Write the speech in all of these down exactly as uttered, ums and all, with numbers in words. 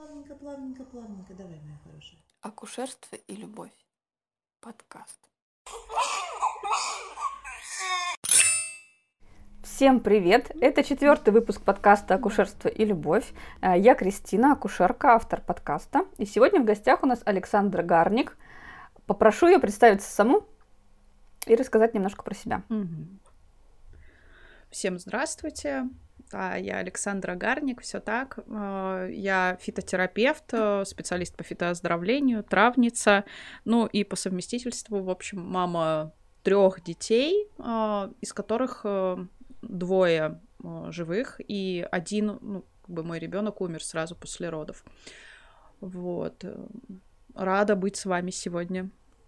Плавненько, плавненько, плавненько. Давай, моя хорошая. Акушерство и любовь. Подкаст. Всем привет! Это четвертый выпуск подкаста «Акушерство и любовь». Я Кристина, акушерка, автор подкаста. И сегодня в гостях у нас Александра Гарник. Попрошу ее представиться саму и рассказать немножко про себя. Всем здравствуйте. Да, я Александра Гарник, все так. Я фитотерапевт, специалист по фитооздоровлению, травница, ну и по совместительству, в общем, мама трех детей, из которых двое живых, и один, ну, как бы мой ребенок умер сразу после родов. Вот. Рада быть с вами сегодня.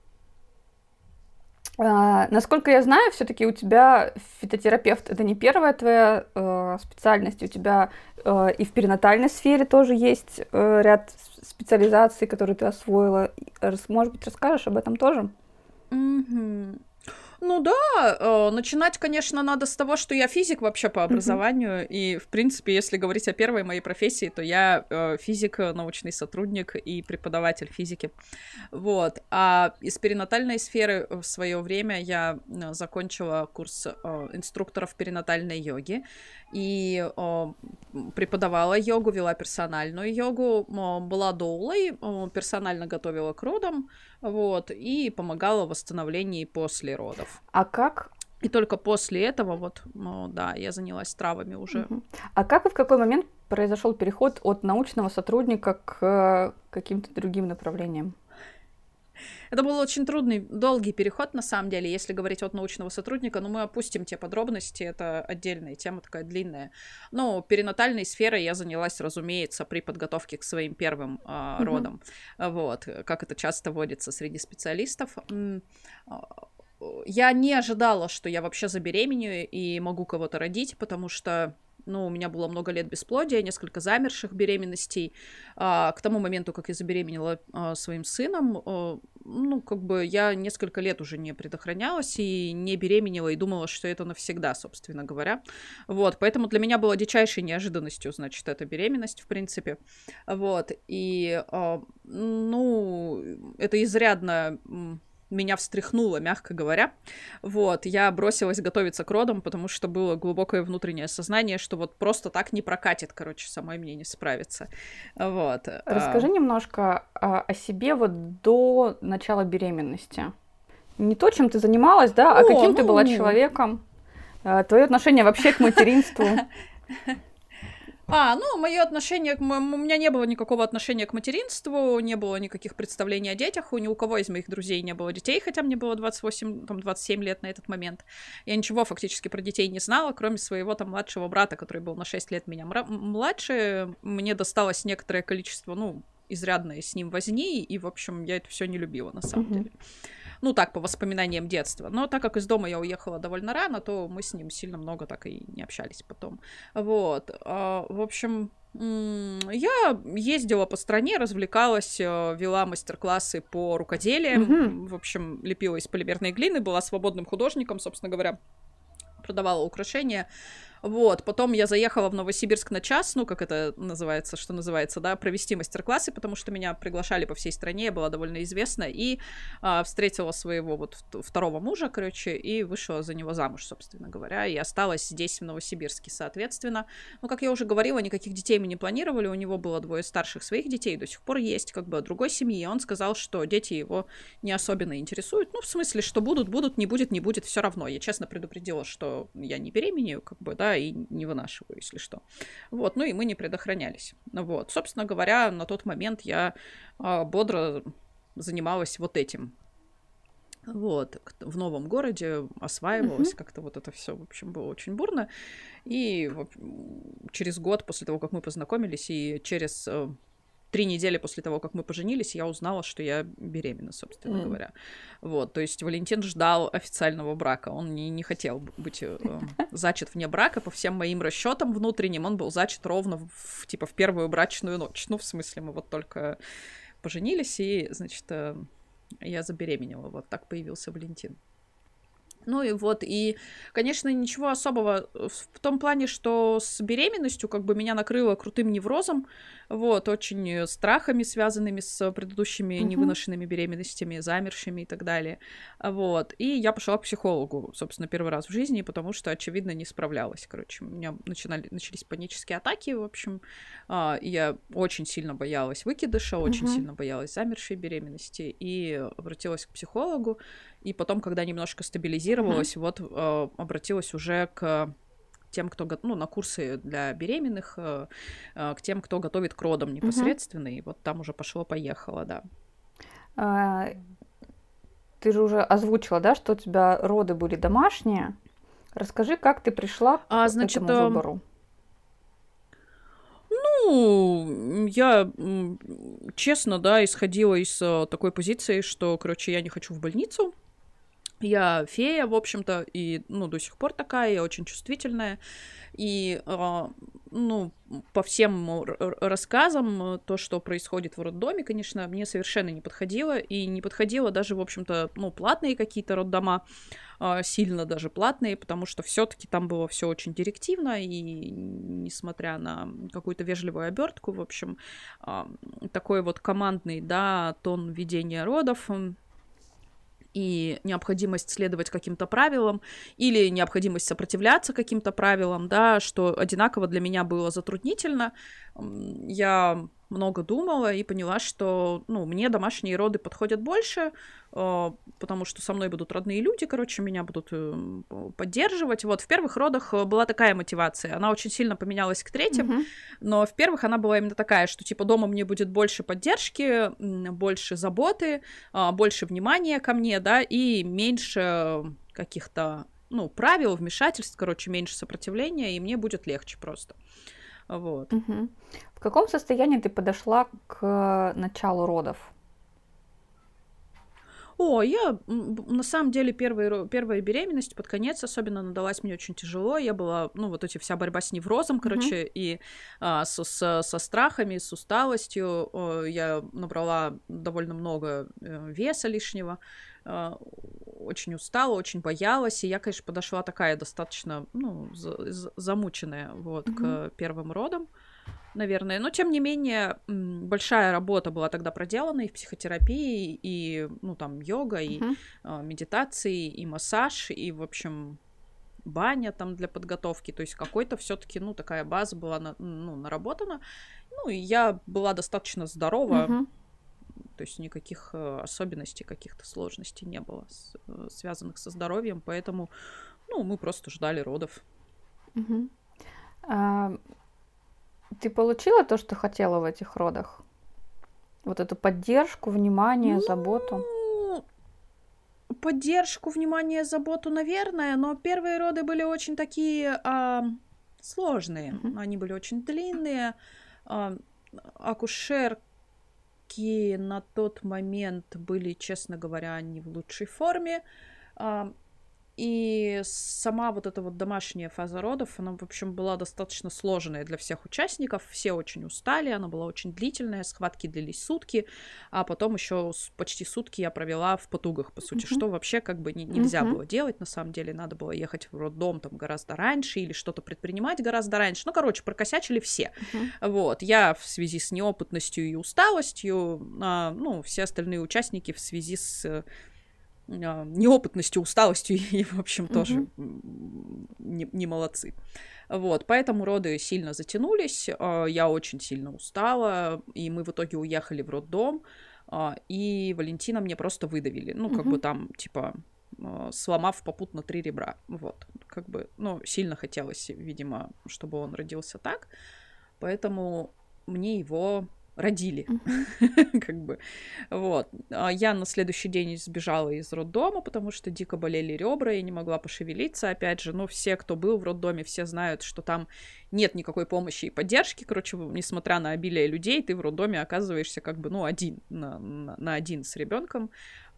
А, насколько я знаю, все-таки у тебя фитотерапевт это не первая твоя э, специальность, у тебя э, и в перинатальной сфере тоже есть э, ряд специализаций, которые ты освоила. Может быть, расскажешь об этом тоже? Mm-hmm. Ну да, э, начинать, конечно, надо с того, что я физик вообще по образованию, mm-hmm. и, в принципе, если говорить о первой моей профессии, то я э, физик, научный сотрудник и преподаватель физики, вот. А из перинатальной сферы в свое время я закончила курс э, инструкторов перинатальной йоги и э, преподавала йогу, вела персональную йогу, э, была доулой, э, персонально готовила к родам, вот, и помогала в восстановлении после родов. А как? И только после этого, вот, ну, да, я занялась травами уже. Uh-huh. А как и в какой момент произошел переход от научного сотрудника к каким-то другим направлениям? Это был очень трудный, долгий переход, на самом деле, если говорить от научного сотрудника, но мы опустим те подробности, это отдельная тема, такая длинная. Но перинатальной сферой я занялась, разумеется, при подготовке к своим первым э, uh-huh. родам, вот, как это часто водится среди специалистов. Я не ожидала, что я вообще забеременею и могу кого-то родить, потому что, ну, у меня было много лет бесплодия, несколько замерших беременностей. А, к тому моменту, как я забеременела а, своим сыном, а, ну, как бы я несколько лет уже не предохранялась и не беременела, и думала, что это навсегда, собственно говоря. Вот, поэтому для меня была дичайшей неожиданностью, значит, эта беременность, в принципе. Вот, и, а, ну, это изрядно... меня встряхнуло, мягко говоря. Вот, я бросилась готовиться к родам, потому что было глубокое внутреннее сознание, что вот просто так не прокатит, короче, самой мне не справиться. Вот. Расскажи а... немножко о, о себе вот до начала беременности. Не то, чем ты занималась, да, о, а каким ну... ты была человеком. Твое отношение вообще к материнству. А, ну, мое отношение, у меня не было никакого отношения к материнству, не было никаких представлений о детях, у ни у кого из моих друзей не было детей, хотя мне было двадцать восемь, там, двадцать семь лет на этот момент. Я ничего фактически про детей не знала, кроме своего там младшего брата, который был на шесть лет меня младше. Мне досталось некоторое количество, ну, изрядное с ним возни, и, в общем, я это все не любила, на самом mm-hmm. деле. Ну, так, по воспоминаем детства. Но так как из дома я уехала довольно рано, то мы с ним сильно много так и не общались потом. Вот. В общем, я ездила по стране, развлекалась, вела мастер-классы по рукоделиям. Mm-hmm. В общем, лепила из полимерной глины, была свободным художником, собственно говоря, продавала украшения. Вот, потом я заехала в Новосибирск на час, ну, как это называется, что называется, да, провести мастер-классы, потому что меня приглашали по всей стране, я была довольно известна, и а, встретила своего вот второго мужа, короче, и вышла за него замуж, собственно говоря, и осталась здесь, в Новосибирске, соответственно. Ну, как я уже говорила, никаких детей мы не планировали, у него было двое старших своих детей, до сих пор есть, как бы, другой семьи, и он сказал, что дети его не особенно интересуют, ну, в смысле, что будут, будут, не будет, не будет, все равно. Я честно предупредила, что я не беременею, как бы, да, и не вынашиваю, если что. Вот, ну и мы не предохранялись. Вот, собственно говоря, на тот момент я а, бодро занималась вот этим. Вот, в новом городе осваивалась, uh-huh. как-то вот это все, в общем, было очень бурно. И в общем, через год после того, как мы познакомились, и через... Три недели после того, как мы поженились, я узнала, что я беременна, собственно mm. говоря. Вот, то есть Валентин ждал официального брака. Он не, не хотел быть э, зачат вне брака. По всем моим расчетам внутренним он был зачат ровно в, типа, в первую брачную ночь. Ну, в смысле, мы вот только поженились, и, значит, э, я забеременела. Вот так появился Валентин. Ну и вот, и, конечно, ничего особого в том плане, что с беременностью как бы меня накрыло крутым неврозом, вот, очень страхами, связанными с предыдущими Мгм. невыношенными беременностями, замершими и так далее, вот. И я пошла к психологу, собственно, первый раз в жизни, потому что, очевидно, не справлялась, короче. У меня начинали, начались панические атаки, в общем, а, и я очень сильно боялась выкидыша, очень Мгм. сильно боялась замершей беременности, и обратилась к психологу. И потом, когда немножко стабилизировалась, вот э, обратилась уже к тем, кто, го- ну, на курсы для беременных, э, э, к тем, кто готовит к родам Мгм. непосредственно, и вот там уже пошло-поехало, да. А, Ты же уже озвучила, да, что у тебя роды были домашние. Расскажи, как ты пришла А, к значит, этому э, выбору. ну, я м, честно, да, исходила из э, такой позиции, что, короче, я не хочу в больницу. Я фея, в общем-то, и, ну, до сих пор такая, я очень чувствительная. И, а, ну, по всем р- р- рассказам, э, то, что происходит в роддоме, конечно, мне совершенно не подходило. И не подходило даже, в общем-то, ну, платные какие-то роддома, а, сильно даже платные, потому что все-таки там было все очень директивно, и несмотря на какую-то вежливую обертку, в общем, а, такой вот командный, да, тон ведения родов, м, и необходимость следовать каким-то правилам или необходимость сопротивляться каким-то правилам, да, что одинаково для меня было затруднительно. М, Я много думала и поняла, что, ну, мне домашние роды подходят больше, э, потому что со мной будут родные люди, короче, меня будут э, поддерживать. Вот в первых родах э, была такая мотивация. Она очень сильно поменялась к третьим, Мгм. но в первых она была именно такая, что типа дома мне будет больше поддержки, м, больше заботы, а, больше внимания ко мне, да, и меньше каких-то, ну, правил, вмешательств, короче, меньше сопротивления, и мне будет легче просто. Вот. Мгм. В каком состоянии ты подошла к началу родов? О, я, м, б- на самом деле, первый, ро- первая беременность под конец особенно надалась мне очень тяжело. Я была, ну, вот эти вся борьба с неврозом, Мгм. короче, и а, со, со- со страхами, с усталостью. О, я набрала довольно много э, веса лишнего. а, Очень устала, очень боялась. И я, конечно, подошла такая достаточно, ну, за- за- замученная вот Мгм. к первым родам, наверное. Но, тем не менее, м, большая работа была тогда проделана и в психотерапии, и, ну, там, йога, и Мгм. а, медитации, и массаж, и, в общем, баня там для подготовки. То есть какой-то все-таки, ну, такая база была, на- ну, наработана. Ну, и я была достаточно здорова, Мгм. то есть никаких э, особенностей, каких-то сложностей не было, с- э, связанных со здоровьем, поэтому, ну, мы просто ждали родов. Мгм. А, Ты получила то, что хотела в этих родах? Вот эту поддержку, внимание, заботу? Ну, поддержку, внимание, заботу, наверное, но первые роды были очень такие а, сложные. Мгм. Они были очень длинные. А, акушерки на тот момент были, честно говоря, не в лучшей форме. А, И сама вот эта вот домашняя фаза родов, она, в общем, была достаточно сложная для всех участников. Все очень устали, она была очень длительная, схватки длились сутки, а потом еще почти сутки я провела в потугах, по сути, Мгм. что вообще как бы не- нельзя Мгм. было делать, на самом деле. Надо было ехать в роддом там гораздо раньше или что-то предпринимать гораздо раньше. Ну, короче, прокосячили все. Мгм. Вот, я в связи с неопытностью и усталостью, а, ну, все остальные участники в связи с а, неопытностью, усталостью и, в общем, тоже Мгм. м, не, не молодцы. Вот, поэтому роды сильно затянулись, а, я очень сильно устала, и мы в итоге уехали в роддом, а, и Валентина мне просто выдавили, ну, как бы Мгм. там, типа, а, сломав попутно три ребра, вот, как бы, ну, сильно хотелось, видимо, чтобы он родился так, поэтому мне его родили, Мгм. как бы, вот. А я на следующий день сбежала из роддома, потому что дико болели ребра, я не могла пошевелиться, опять же, ну, все, кто был в роддоме, все знают, что там нет никакой помощи и поддержки, короче, несмотря на обилие людей, ты в роддоме оказываешься как бы, ну, один, на, на, на один с ребенком.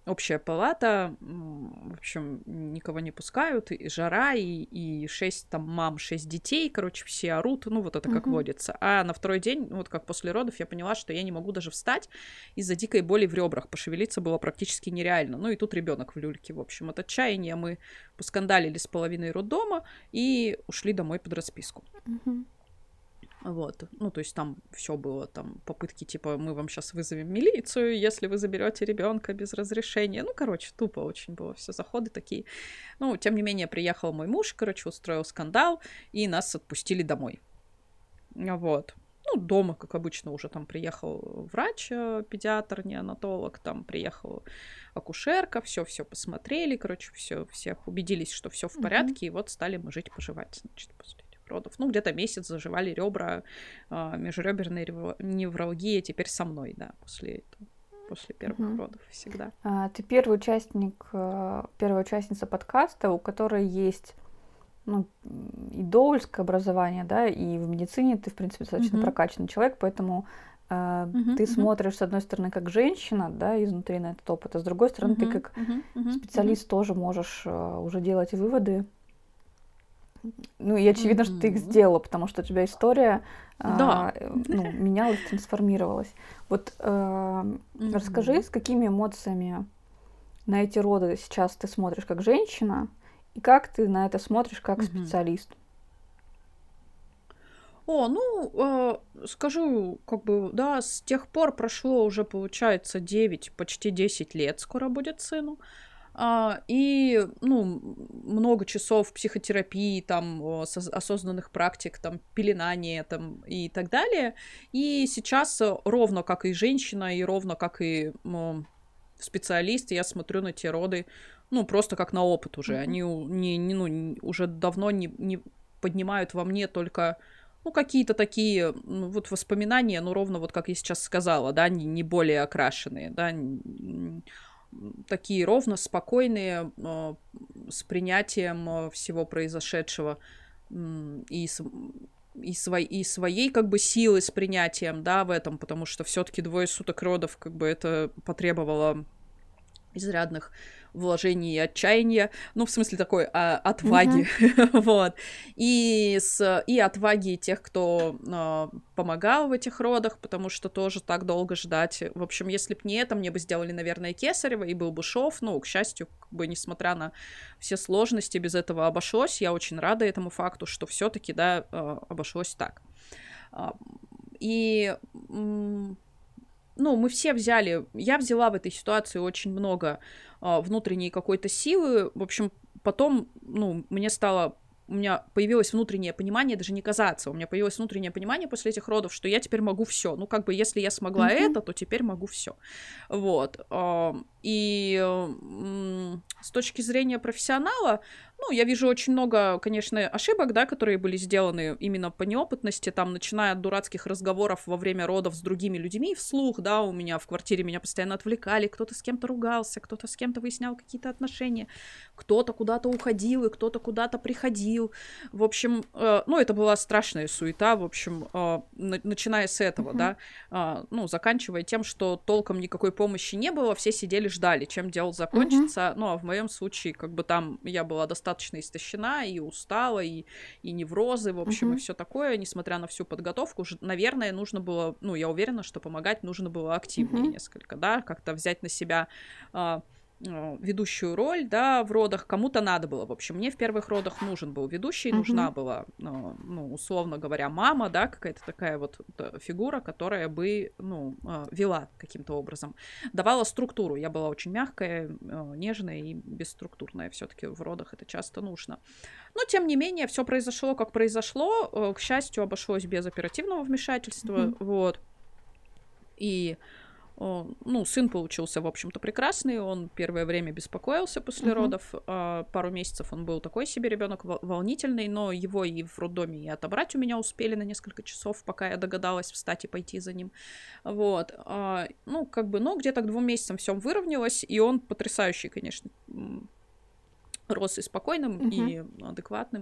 общая палата, в общем, никого не пускают, и жара, и, и шесть там мам, шесть детей, короче, все орут, ну, вот это как Мгм. водится. А на второй день, вот как после родов, я поняла, что я не могу даже встать из-за дикой боли в ребрах, пошевелиться было практически нереально. Ну, и тут ребенок в люльке, в общем, от отчаяния мы поскандалили с половиной роддома и ушли домой под расписку. Мгм. Вот, ну, то есть там все было, там попытки типа мы вам сейчас вызовем милицию, если вы заберете ребенка без разрешения. Ну, короче, тупо очень было, все заходы такие. Ну, тем не менее, приехал мой муж, короче, устроил скандал, и нас отпустили домой. Вот. Ну, дома, как обычно, уже там приехал врач, э, педиатр, неонатолог, там приехала акушерка, все-все посмотрели, короче, все, всех убедились, что все в Мгм. порядке, и вот стали мы жить, поживать, значит, после этих родов. Ну, где-то месяц заживали ребра, э, межреберная рево- невралгия теперь со мной, да, после этого, после первых Мгм. родов всегда. А, Ты первый участник, э, первая участница подкаста, у которой есть ну, м, и доульское образование, да, и в медицине ты, в принципе, достаточно Мгм. прокачанный человек, поэтому э, Мгм, ты мгм, смотришь, с одной стороны, как женщина, да, изнутри на этот опыт, а с другой стороны, ты мгм, как мгм, мгм, специалист тоже можешь э, уже делать выводы. Ну, и очевидно, что ты их мгм. сделала, потому что у тебя история Да. а, э, ну, менялась, трансформировалась. Вот э, расскажи, Мгм. с какими эмоциями на эти роды сейчас ты смотришь как женщина, и как ты на это смотришь как Мгм. специалист? О, ну, э, скажу, как бы, да, с тех пор прошло уже, получается, девять, почти десять лет скоро будет сыну. А, и, ну, м, много часов психотерапии, там, о, соз- осознанных практик, там, пеленания, там, и так далее. И сейчас э, ровно как и женщина, и ровно как и м, специалист, я смотрю на те роды, ну, просто как на опыт уже. Мгм. Они у- не, не, ну, н- уже давно не, не поднимают во мне только ну, какие-то такие, ну, вот воспоминания, ну, ровно вот как я сейчас сказала, да, не, не более окрашенные, да, н- м, такие ровно спокойные, э, с принятием э, всего произошедшего, м, и с, и, свой, и своей, как бы, силы с принятием, да, в этом, потому что все-таки двое суток родов, как бы, это потребовало изрядных вложений и отчаяния, ну, в смысле такой а, отваги, вот, и, с, и отваги тех, кто а, помогал в этих родах, потому что тоже так долго ждать. В общем, если бы не это, мне бы сделали, наверное, кесарево, и был бы шов, ну, к счастью, как бы, несмотря на все сложности, без этого обошлось, я очень рада этому факту, что все-таки, да, а, обошлось так. А, И м, ну, мы все взяли, я взяла в этой ситуации очень много а, внутренней какой-то силы. В общем, потом, ну, мне стало, у меня появилось внутреннее понимание, даже не казаться, у меня появилось внутреннее понимание после этих родов, что я теперь могу все. Ну, как бы, если я смогла Мгм. это, то теперь могу все. Вот. а, И м, с точки зрения профессионала, ну, я вижу очень много, конечно, ошибок, да, которые были сделаны именно по неопытности, там, начиная от дурацких разговоров во время родов с другими людьми вслух, да, у меня в квартире меня постоянно отвлекали, кто-то с кем-то ругался, кто-то с кем-то выяснял какие-то отношения, кто-то куда-то уходил и кто-то куда-то приходил. В общем, э, ну, это была страшная суета, в общем, э, на- начиная с этого, Мгм. да, а, ну, заканчивая тем, что толком никакой помощи не было, все сидели, ждали, чем дело закончится. Ну, а в моем случае, как бы там я была достаточно истощена и устала, и, и неврозы, в общем, и Мгм. все такое, несмотря на всю подготовку, уже, наверное, нужно было, ну, я уверена, что помогать нужно было активнее Мгм. несколько, да, как-то взять на себя а, а, ведущую роль, да, в родах. Кому-то надо было. В общем, мне в первых родах нужен был ведущий, нужна Мгм. была, ну, ну, условно говоря, мама, да, какая-то такая вот э, фигура, которая бы, ну, э, вела каким-то образом. Давала структуру. Я была очень мягкая, э, нежная и бесструктурная. Все-таки в родах это часто нужно. Но, тем не менее, все произошло, как произошло. Э, К счастью, обошлось без оперативного вмешательства. Мгм. Вот. И о, ну, сын получился, в общем-то, прекрасный. Он первое время беспокоился после Мгм. родов. А, пару месяцев он был такой себе ребенок волнительный, но его и в роддоме и отобрать у меня успели на несколько часов, пока я догадалась встать и пойти за ним. Вот. А, ну, как бы, но где-то к двум месяцам все выровнялось, и он потрясающий, конечно, рос и спокойным, Мгм. и адекватным.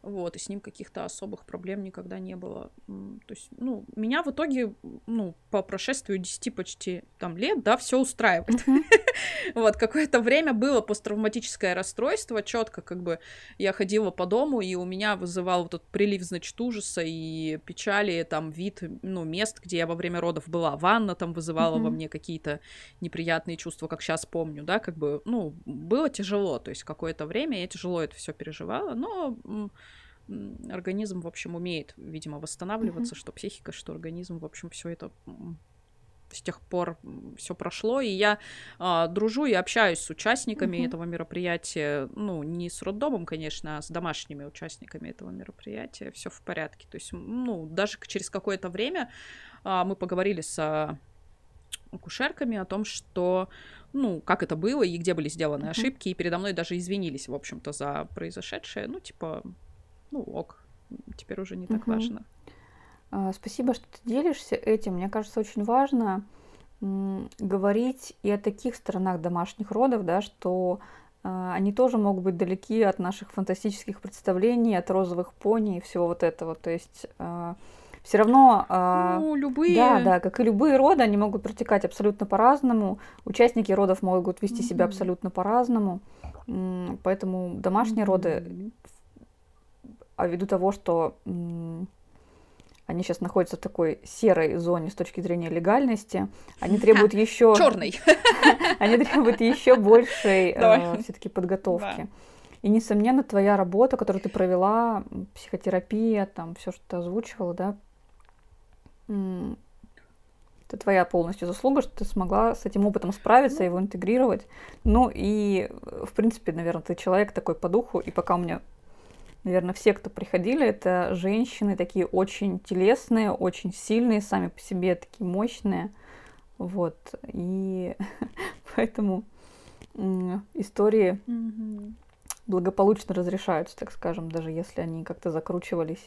вот, и с ним каких-то особых проблем никогда не было. То есть, ну, меня в итоге, ну, по прошествию десяти почти там лет, да, все устраивает. Вот, какое-то время было посттравматическое расстройство, четко как бы я ходила по дому, и у меня вызывал вот этот прилив, значит, ужаса и печали, там, вид, ну, мест, где я во время родов была. Ванна там вызывала во мне какие-то неприятные чувства, как сейчас помню, да, как бы, ну, было тяжело, то есть какое-то время я тяжело это все переживала, но организм, в общем, умеет, видимо, восстанавливаться, mm-hmm. что психика, что организм, в общем, все это с тех пор все прошло, и я а, дружу и общаюсь с участниками mm-hmm. этого мероприятия, ну, не с роддомом, конечно, а с домашними участниками этого мероприятия, все в порядке, то есть, ну, даже через какое-то время а, мы поговорили с акушерками о том, что, ну, как это было и где были сделаны mm-hmm. ошибки, и передо мной даже извинились, в общем-то, за произошедшее, ну, типа, ну, ок, теперь уже не так mm-hmm. важно. Спасибо, что ты делишься этим. Мне кажется, очень важно м, говорить и о таких сторонах домашних родов, да, что э, они тоже могут быть далеки от наших фантастических представлений, от розовых пони и всего вот этого. То есть э, все равно... Э, ну, любые... Да, да, как и любые роды, они могут протекать абсолютно по-разному. Участники родов могут вести mm-hmm. себя абсолютно по-разному. М, поэтому домашние mm-hmm. роды, а ввиду того, что... М, они сейчас находятся в такой серой зоне с точки зрения легальности. Они требуют еще... Черной. Они требуют еще большей э, все-таки подготовки. Да. И, несомненно, твоя работа, которую ты провела, психотерапия, там, все, что ты озвучивала, да, это твоя полностью заслуга, что ты смогла с этим опытом справиться, его интегрировать. Ну и, в принципе, наверное, ты человек такой по духу, и пока у меня... Наверное, все, кто приходили, это женщины такие очень телесные, очень сильные, сами по себе такие мощные. Вот. И поэтому истории mm-hmm. благополучно разрешаются, так скажем, даже если они как-то закручивались.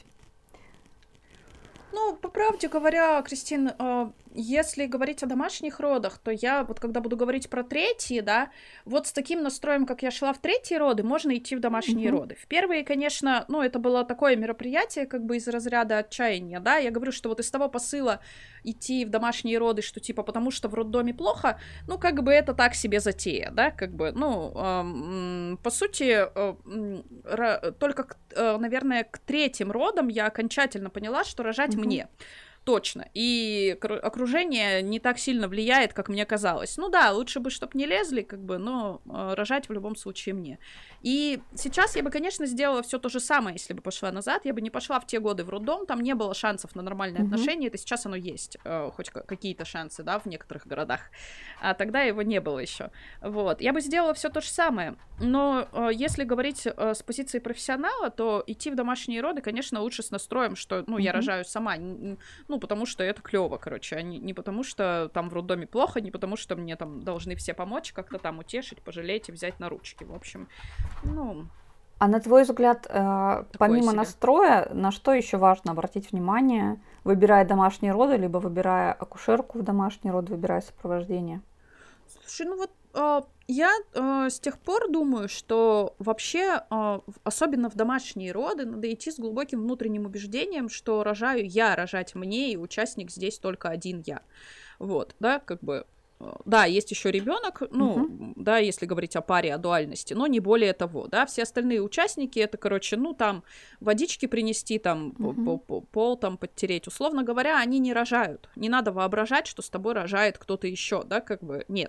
Ну, по правде говоря, Кристин, если говорить о домашних родах, то я вот когда буду говорить про третьи, да, вот с таким настроем, как я шла в третьи роды, можно идти в домашние mm-hmm. роды. В первые, конечно, ну, это было такое мероприятие, как бы из разряда отчаяния, да, я говорю, что вот из того посыла идти в домашние роды, что типа потому что в роддоме плохо, ну, как бы это так себе затея, да, как бы, ну, э, по сути, э, э, только, э, наверное, к третьим родам я окончательно поняла, что рожать mm-hmm. мне. Точно. И окружение не так сильно влияет, как мне казалось. Ну да, лучше бы, чтобы не лезли, как бы, но э, рожать в любом случае мне. И сейчас я бы, конечно, сделала все то же самое, если бы пошла назад. Я бы не пошла в те годы в роддом, там не было шансов на нормальные mm-hmm. отношения. Это сейчас оно есть, э, хоть какие-то шансы, да, в некоторых городах. А тогда его не было еще. Вот. Я бы сделала все то же самое. Но э, если говорить э, с позиции профессионала, то идти в домашние роды, конечно, лучше с настроем, что, ну, mm-hmm. я рожаю сама. Ну, потому что это клево, короче, а не, не потому что там в роддоме плохо, не потому что мне там должны все помочь, как-то там утешить, пожалеть и взять на ручки. В общем, ну... А на твой взгляд, э, помимо себе. Настроя, на что еще важно обратить внимание, выбирая домашние роды, либо выбирая акушерку в домашние роды, выбирая сопровождение? Слушай, ну вот э, я э, с тех пор думаю, что вообще, э, особенно в домашние роды, надо идти с глубоким внутренним убеждением, что рожаю я, рожать мне, и участник здесь только один я. Вот, да, как бы... Да, есть еще ребенок, ну, uh-huh. да, если говорить о паре, о дуальности, но не более того, да, все остальные участники, это, короче, ну, там, водички принести, там, uh-huh. пол там подтереть, условно говоря, они не рожают, не надо воображать, что с тобой рожает кто-то еще, да, как бы, нет,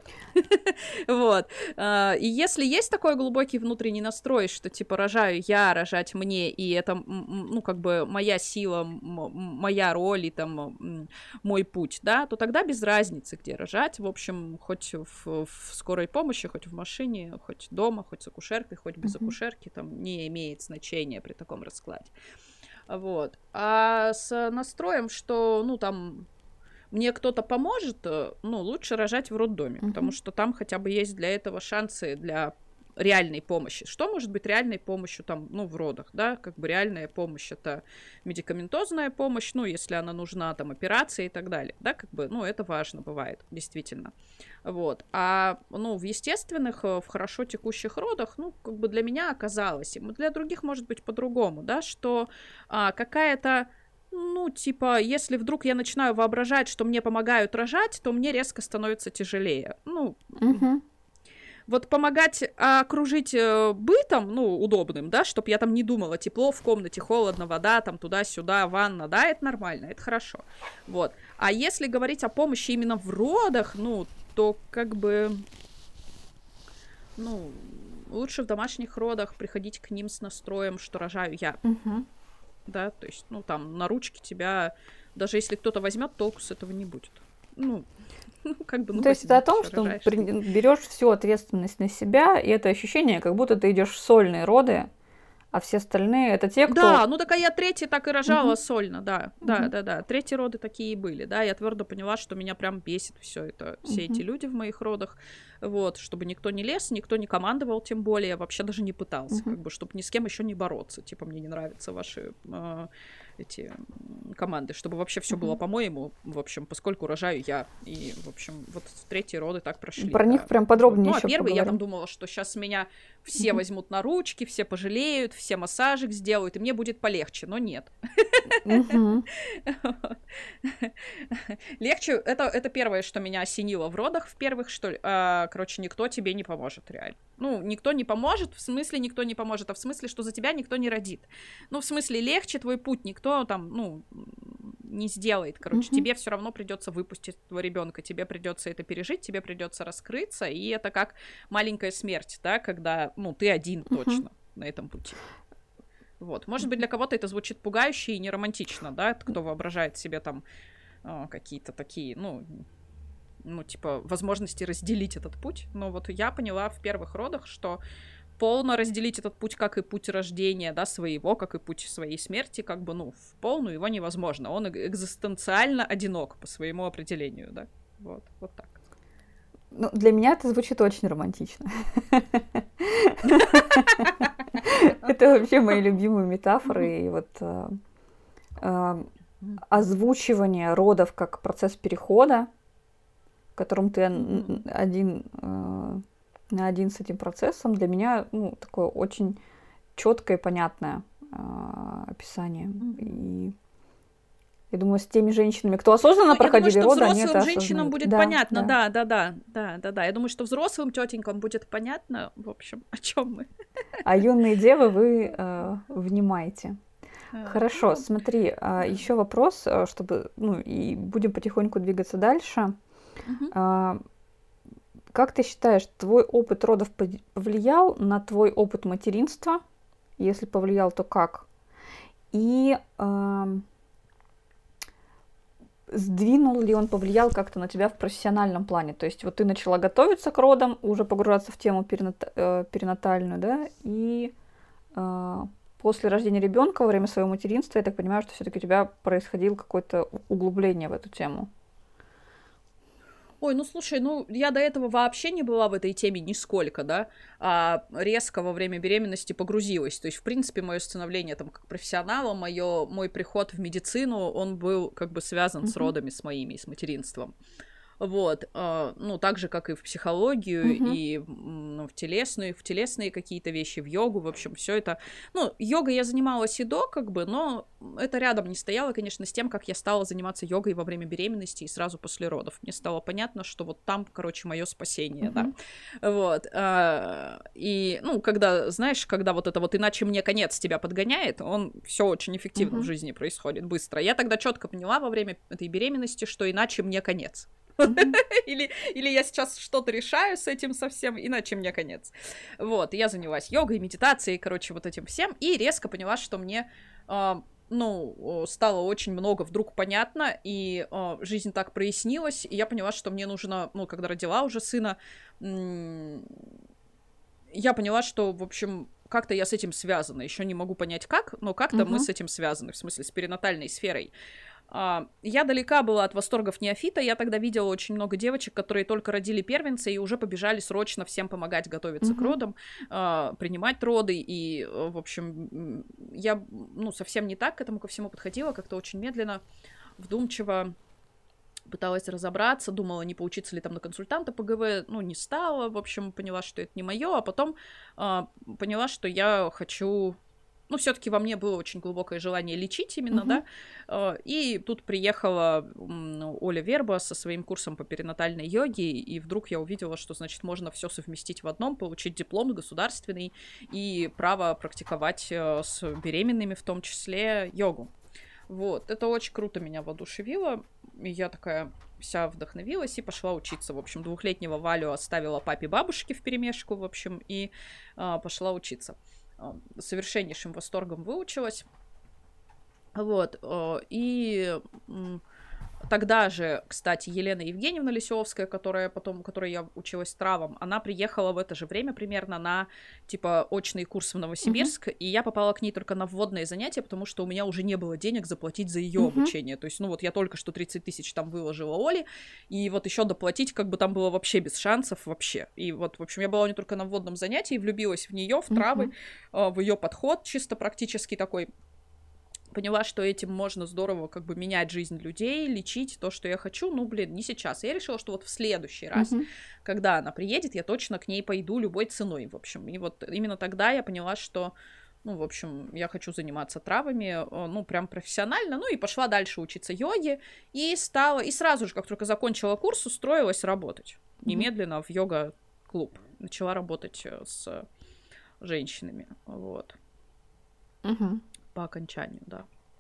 вот, и если есть такой глубокий внутренний настрой, что, типа, рожаю я, рожать мне, и это, ну, как бы, моя сила, моя роль и, там, мой путь, да, то тогда без разницы, где рожать, в общем, хоть в, в скорой помощи, хоть в машине, хоть дома, хоть с акушеркой, хоть без mm-hmm. акушерки, там не имеет значения при таком раскладе. Вот. А с настроем, что, ну, там, мне кто-то поможет, ну, лучше рожать в роддоме, mm-hmm. потому что там хотя бы есть для этого шансы для реальной помощи. Что может быть реальной помощью там, ну, в родах, да, как бы реальная помощь — это медикаментозная помощь, ну, если она нужна, там, операция и так далее, да, как бы, ну, это важно бывает, действительно, вот. А, ну, в естественных, в хорошо текущих родах, ну, как бы для меня оказалось, и для других может быть по-другому, да, что а, какая-то, ну, типа, если вдруг я начинаю воображать, что мне помогают рожать, то мне резко становится тяжелее, ну, Мгм. вот помогать а, окружить э, бытом, ну, удобным, да, чтобы я там не думала, тепло в комнате, холодно, вода, там, туда-сюда, ванна, да, это нормально, это хорошо, вот. А если говорить о помощи именно в родах, ну, то как бы, ну, лучше в домашних родах приходить к ним с настроем, что рожаю я, Мгм. да, то есть, ну, там, на ручки тебя, даже если кто-то возьмет, толку с этого не будет, ну... Ну, как бы, ну, То есть это о том, посидишь, что рожаешь. берешь всю ответственность на себя, и это ощущение, как будто ты идешь в сольные роды, а все остальные это те, кто... Да, ну так а я третий так и рожала Мгм. сольно, да, да, Мгм. да, да. Третьи роды такие и были, да. Я твердо поняла, что меня прям бесит все это, все эти Мгм. люди в моих родах, вот, чтобы никто не лез, никто не командовал, тем более, вообще даже не пытался, Мгм. как бы, чтобы ни с кем еще не бороться, типа мне не нравятся ваши э, эти м, команды, чтобы вообще все было Мгм. по-моему, в общем, поскольку рожаю я, и в общем, вот третьи роды так прошли. Про да. них прям Вот. подробнее Ну а еще первый я там поговорим. думала, что сейчас меня все Мгм. возьмут на ручки, все пожалеют, все массажик сделают, и мне будет полегче, но нет. Мгм. Легче, это, это первое, что меня осенило в родах в первых, что ли. А, короче, никто тебе не поможет, реально. Ну, никто не поможет, в смысле никто не поможет, а в смысле, что за тебя никто не родит. Ну, в смысле, легче твой путь никто там, ну, не сделает, короче. Мгм. Тебе все равно придется выпустить твоего ребенка, тебе придется это пережить, тебе придется раскрыться, и это как маленькая смерть, да, когда, ну, ты один Мгм. точно на этом пути. Вот. Может быть, для кого-то это звучит пугающе и неромантично, да, кто воображает себе там э, какие-то такие, ну, ну, типа, возможности разделить этот путь. Но вот я поняла в первых родах, что полно разделить этот путь, как и путь рождения, да, своего, как и путь своей смерти, как бы, ну, в полную его невозможно. Он экзистенциально одинок по своему определению, да. Вот, вот так. Ну, для меня это звучит очень романтично. Это вообще мои любимые метафоры. И вот э, э, озвучивание родов как процесс перехода, в котором ты н- один э, на один с этим процессом, для меня, ну, такое очень четкое и понятное э, описание. И я думаю, с теми женщинами, кто осознанно Ну, проходили я думаю, что роды, они это взрослым женщинам осознают. будет Да, понятно, да. да, да, да, да, да, да. Я думаю, что взрослым тетенькам будет понятно, в общем, о чем мы. А юные девы, вы э, внимайте. А, Хорошо, ну, смотри, а, да. еще вопрос, э, чтобы, ну, и будем потихоньку двигаться дальше. Мгм. А, Как ты считаешь, твой опыт родов пов- повлиял на твой опыт материнства? Если повлиял, то как? И ам, сдвинул ли он, повлиял как-то на тебя в профессиональном плане? То есть вот ты начала готовиться к родам, уже погружаться в тему перинат- э, перинатальную, да, и э, после рождения ребенка, во время своего материнства, я так понимаю, что все-таки у тебя происходило какое-то у- углубление в эту тему. Ой, ну слушай, ну я до этого вообще не была в этой теме нисколько, да, а резко во время беременности погрузилась. То есть, в принципе, мое становление там как профессионала, моё, мой приход в медицину, он был как бы связан с Мгм. родами, с моими, и с материнством. Вот, э, ну, так же, как и в психологию, Мгм. и м, ну, в телесные, в телесные какие-то вещи, в йогу, в общем, все это. Ну, йогой я занималась и до, как бы, но это рядом не стояло, конечно, с тем, как я стала заниматься йогой во время беременности и сразу после родов. Мне стало понятно, что вот там, короче, мое спасение, да. Мгм. Вот. а, И, ну, когда, знаешь, когда вот это вот иначе мне конец тебя подгоняет, он все очень эффективно в Мгм. жизни происходит, быстро. Я тогда четко поняла во время этой беременности, что иначе мне конец. Мгм. Или, или я сейчас что-то решаю с этим совсем, иначе мне конец. Вот, и я занялась йогой, медитацией, короче, вот этим всем, и резко поняла, что мне, э, ну, стало очень много вдруг понятно, и э, жизнь так прояснилась, и я поняла, что мне нужно, ну, когда родила уже сына, м- я поняла, что, в общем, как-то я с этим связана. Еще не могу понять, как, но как-то Мгм. мы с этим связаны, в смысле, с перинатальной сферой. А, я далека была от восторгов неофита, я тогда видела очень много девочек, которые только родили первенца и уже побежали срочно всем помогать готовиться mm-hmm. к родам, а, принимать роды, и, в общем, я, ну, совсем не так к этому ко всему подходила, как-то очень медленно, вдумчиво пыталась разобраться, думала, не поучиться ли там на консультанта по ГВ, ну, не стала, в общем, поняла, что это не мое, а потом а, поняла, что я хочу... Ну, все-таки во мне было очень глубокое желание лечить именно, uh-huh. да, и тут приехала Оля Верба со своим курсом по перинатальной йоге, и вдруг я увидела, что, значит, можно все совместить в одном, получить диплом государственный и право практиковать с беременными в том числе йогу. Вот, это очень круто меня воодушевило, и я такая вся вдохновилась и пошла учиться. В общем, двухлетнего Валю оставила папе-бабушке вперемешку, в общем, и а, пошла учиться. Совершеннейшим восторгом выучилась. Вот. И тогда же, кстати, Елена Евгеньевна Лисевская, которая потом, которой я училась травам, она приехала в это же время примерно на, типа, очный курс в Новосибирск, uh-huh. и я попала к ней только на вводные занятия, потому что у меня уже не было денег заплатить за ее uh-huh. обучение. То есть, ну вот я только что тридцать тысяч там выложила Оле, и вот еще доплатить как бы там было вообще без шансов вообще. И вот, в общем, я была у нее только на вводном занятии, влюбилась в нее, в травы, uh-huh. в ее подход чисто практически такой. Поняла, что этим можно здорово как бы менять жизнь людей, лечить то, что я хочу. Ну, блин, не сейчас. Я решила, что вот в следующий раз, uh-huh. когда она приедет, я точно к ней пойду любой ценой, в общем. И вот именно тогда я поняла, что, ну, в общем, я хочу заниматься травами, ну, прям профессионально. Ну, и пошла дальше учиться йоге. И стала, и сразу же, как только закончила курс, устроилась работать. Uh-huh. Немедленно в йога-клуб. Начала работать с женщинами, вот. Uh-huh. По окончанию, да.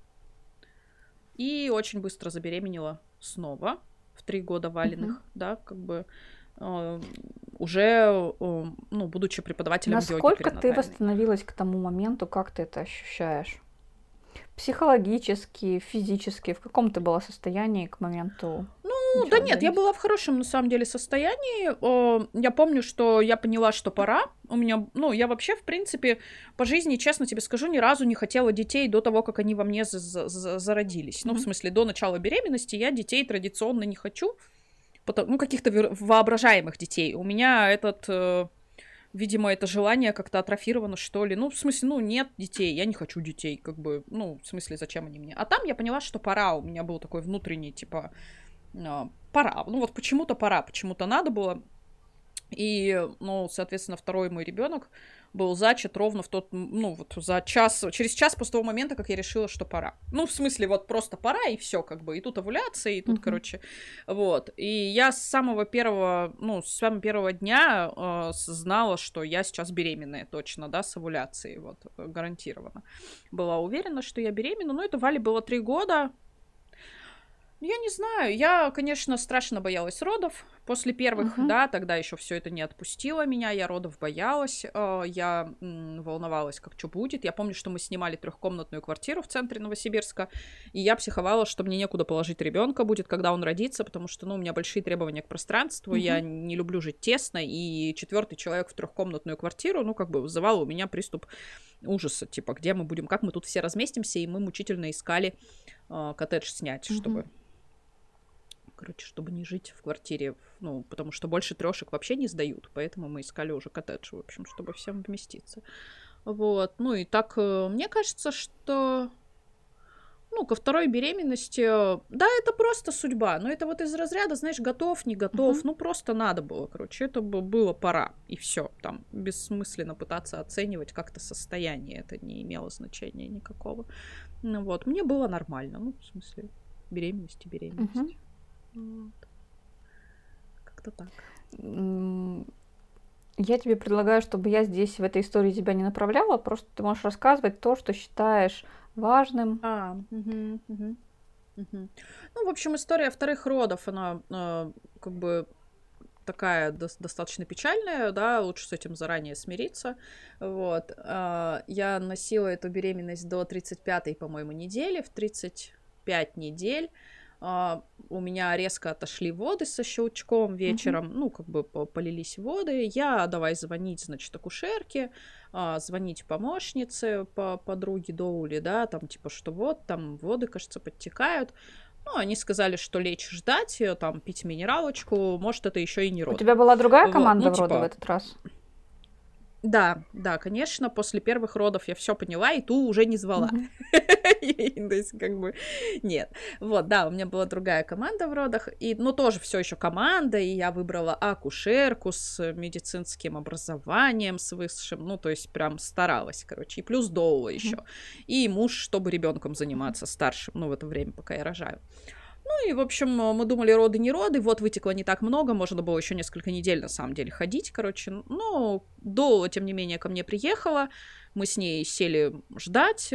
И очень быстро забеременела снова, в три года Валиных, uh-huh. да, как бы э, уже, э, ну, будучи преподавателем йоги перинатальной. Насколько ты восстановилась к тому моменту, как ты это ощущаешь? Психологически, физически, в каком ты была состоянии к моменту? Ну, да нет, я была в хорошем, на самом деле, состоянии. Я помню, что я поняла, что пора. У меня, ну, я вообще, в принципе, по жизни, честно тебе скажу, ни разу не хотела детей до того, как они во мне зародились. Ну, mm-hmm. в смысле, до начала беременности я детей традиционно не хочу. Потому, ну, каких-то воображаемых детей. У меня этот... Видимо, это желание как-то атрофировано, что ли. Ну, в смысле, ну, нет детей, я не хочу детей, как бы, ну, в смысле, зачем они мне? А там я поняла, что пора, у меня был такой внутренний, типа, э, пора. Ну, вот почему-то пора, почему-то надо было. И, ну, соответственно, второй мой ребенок был зачат ровно в тот, ну, вот за час, через час после того момента, как я решила, что пора. Ну, в смысле, вот просто пора, и все, как бы, и тут овуляция, и тут, mm-hmm. короче, вот. И я с самого первого, ну, с самого первого дня э, знала, что я сейчас беременная, точно, да, с овуляцией, вот, гарантированно. Была уверена, что я беременна, но это Вале было три года. Я не знаю, я, конечно, страшно боялась родов. После первых, uh-huh. да, тогда еще все это не отпустило меня, я родов боялась, я м, волновалась, как что будет. Я помню, что мы снимали трехкомнатную квартиру в центре Новосибирска, и я психовала, что мне некуда положить ребенка будет, когда он родится, потому что, ну, у меня большие требования к пространству, uh-huh. я не люблю жить тесно, и четвертый человек в трехкомнатную квартиру, ну, как бы вызывал у меня приступ ужаса, типа, где мы будем, как мы тут все разместимся, и мы мучительно искали э, коттедж снять, uh-huh. чтобы... Короче, чтобы не жить в квартире, ну, потому что больше трешек вообще не сдают, поэтому мы искали уже коттедж, в общем, чтобы всем вместиться. Вот, ну и так, мне кажется, что, ну, ко второй беременности, да, это просто судьба, но это вот из разряда, знаешь, готов, не готов, uh-huh. ну, просто надо было, короче, это было пора, и все, там, бессмысленно пытаться оценивать как-то состояние, это не имело значения никакого, ну, вот, мне было нормально, ну, в смысле, беременность и беременность. Uh-huh. Вот. Как-то так. Я тебе предлагаю, чтобы я здесь в этой истории тебя не направляла, просто ты можешь рассказывать то, что считаешь важным. А, угу, угу, угу. Ну, в общем, история вторых родов, она э, как бы такая до- достаточно печальная, да, лучше с этим заранее смириться. Вот. Э, я носила эту беременность до тридцать пятой, по-моему, недели, в тридцать пять недель а, у меня резко отошли воды со щелчком вечером, mm-hmm. ну, как бы полились воды, я давай звонить, значит, акушерке, а, звонить помощнице по подруге Доули, да, там, типа, что вот, там воды, кажется, подтекают. Ну, они сказали, что лечь ждать, там, пить минералочку, может, это еще и не род. У тебя была другая команда вот, ну, в роду типа... в этот раз? Да, да, конечно, после первых родов я все поняла, и ту уже не звала. То есть, как бы, нет. Вот, да, у меня была другая команда в родах, и, ну, тоже все еще команда, и я выбрала акушерку с медицинским образованием, с высшим, ну, то есть, прям старалась, короче, и плюс доула еще. И муж, чтобы ребенком заниматься старшим, ну, в это время, пока я рожаю. Ну и, в общем, мы думали, роды не роды, вот вытекло не так много, можно было еще несколько недель, на самом деле, ходить, короче. Но Доула, тем не менее, ко мне приехала, мы с ней сели ждать,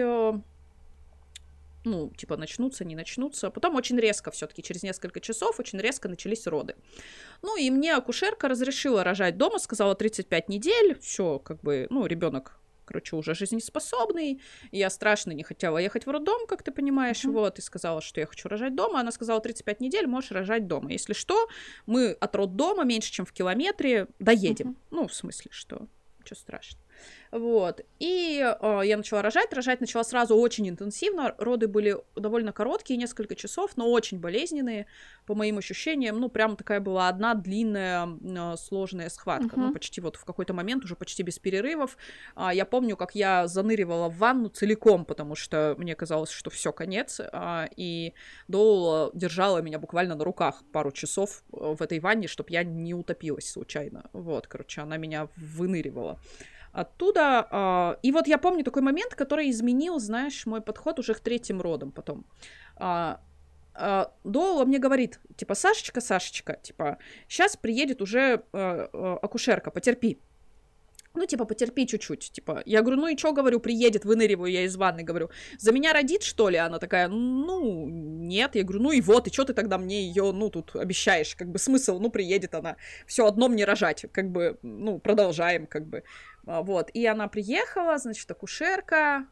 ну, типа, начнутся, не начнутся. Потом очень резко все-таки, через несколько часов, очень резко начались роды. Ну и мне акушерка разрешила рожать дома, сказала тридцать пять недель, все, как бы, ну, ребенок, короче, уже жизнеспособный. Я страшно не хотела ехать в роддом, как ты понимаешь, mm-hmm. вот, и сказала, что я хочу рожать дома. Она сказала, тридцать пять недель можешь рожать дома. Если что, мы от роддома меньше, чем в километре доедем. Mm-hmm. Ну, в смысле, что... Ничего страшного. Вот. И э, я начала рожать. Рожать начала сразу очень интенсивно. Роды были довольно короткие, несколько часов, но очень болезненные, по моим ощущениям. Ну, прям такая была одна длинная, э, сложная схватка. Uh-huh. Ну, почти вот в какой-то момент, уже почти без перерывов. А, я помню, как я заныривала в ванну целиком, потому что мне казалось, что все, конец. А, и Доула держала меня буквально на руках пару часов в этой ванне, чтобы я не утопилась случайно. Вот, короче, она меня выныривала оттуда. Э, и вот я помню такой момент, который изменил, знаешь, мой подход уже к третьим родам потом. Э, э, Доула мне говорит, типа, Сашечка, Сашечка, типа, сейчас приедет уже э, э, акушерка, потерпи. Ну, типа, потерпи чуть-чуть, типа. Я говорю, ну и что, говорю, приедет, выныриваю я из ванны, говорю, за меня родит, что ли? Она такая, ну, нет. Я говорю, ну и вот, и что ты тогда мне ее, ну, тут обещаешь, как бы, смысл, ну, приедет она, все одно мне рожать, как бы, ну, продолжаем, как бы, вот. И она приехала, значит, акушерка,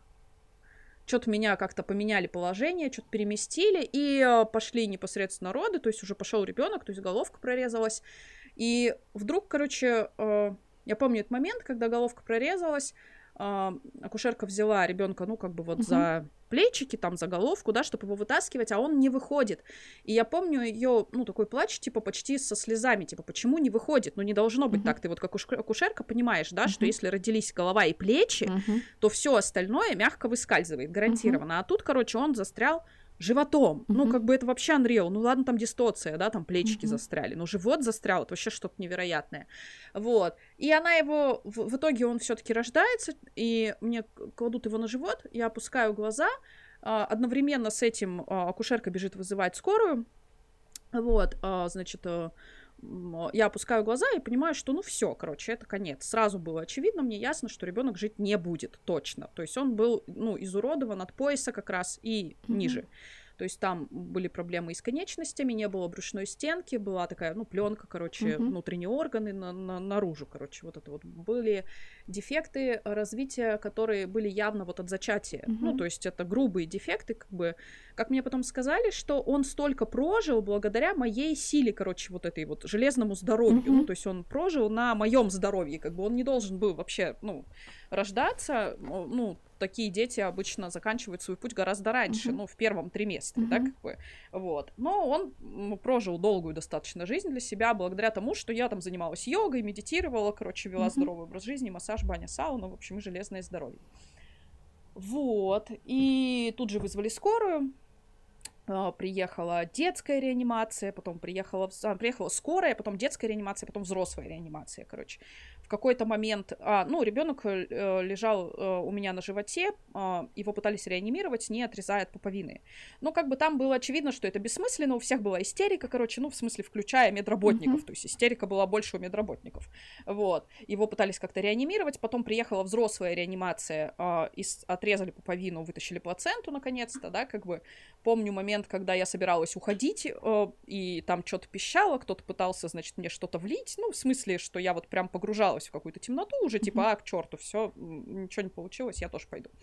что-то меня как-то поменяли положение, что-то переместили, и пошли непосредственно роды, то есть уже пошел ребенок, то есть головка прорезалась, и вдруг, короче... Я помню этот момент, когда головка прорезалась, э, акушерка взяла ребенка, ну, как бы вот uh-huh. за плечики, там, за головку, да, чтобы его вытаскивать, а он не выходит. И я помню ее, ну, такой плач, типа, почти со слезами, типа, почему не выходит? Ну, не должно быть uh-huh. так. Ты вот как акушерка понимаешь, да, uh-huh. что если родились голова и плечи, uh-huh. то все остальное мягко выскальзывает, гарантированно. Uh-huh. А тут, короче, он застрял животом. Uh-huh. Ну, как бы это вообще unreal. Ну, ладно, там дистоция, да, там плечики uh-huh. застряли. Но живот застрял, это вообще что-то невероятное. Вот. И она его... В, в итоге он все-таки рождается, и мне кладут его на живот, я опускаю глаза, а, одновременно с этим а, акушерка бежит вызывать скорую. Вот, а, значит... А, я опускаю глаза и понимаю, что ну все, короче, это конец. Сразу было очевидно, мне ясно, что ребенок жить не будет, точно. То есть он был, ну, изуродован от пояса как раз и mm-hmm. ниже. То есть там были проблемы и с конечностями, не было брюшной стенки, была такая, ну, пленка, короче, uh-huh. внутренние органы на, на, наружу, короче, вот это вот. Были дефекты развития, которые были явно вот от зачатия. Uh-huh. Ну, то есть это грубые дефекты, как бы, как мне потом сказали, что он столько прожил благодаря моей силе, короче, вот этой вот железному здоровью. Uh-huh. Ну, то есть он прожил на моем здоровье, как бы он не должен был вообще, ну, рождаться, ну, такие дети обычно заканчивают свой путь гораздо раньше, uh-huh. ну, в первом триместре, uh-huh. да, как бы, вот. Но он ну, прожил долгую достаточно жизнь для себя, благодаря тому, что я там занималась йогой, медитировала, короче, вела uh-huh. здоровый образ жизни, массаж, баня, сауна, в общем, и железное здоровье. Вот, и тут же вызвали скорую, приехала детская реанимация, потом приехала, приехала скорая, потом детская реанимация, потом взрослая реанимация, короче. В какой-то момент, а, ну, ребенок э, лежал э, у меня на животе, э, его пытались реанимировать, не отрезая от пуповины. Но как бы там было очевидно, что это бессмысленно, у всех была истерика, короче, ну, в смысле, включая медработников, mm-hmm. то есть истерика была больше у медработников. Вот. Его пытались как-то реанимировать, потом приехала взрослая реанимация, э, и отрезали пуповину, вытащили плаценту, наконец-то, да, как бы. Помню момент, когда я собиралась уходить, э, и там что-то пищало, кто-то пытался, значит, мне что-то влить, ну, в смысле, что я вот прям погружалась в какую-то темноту уже, типа, а, к черту, все, ничего не получилось, я тоже пойду.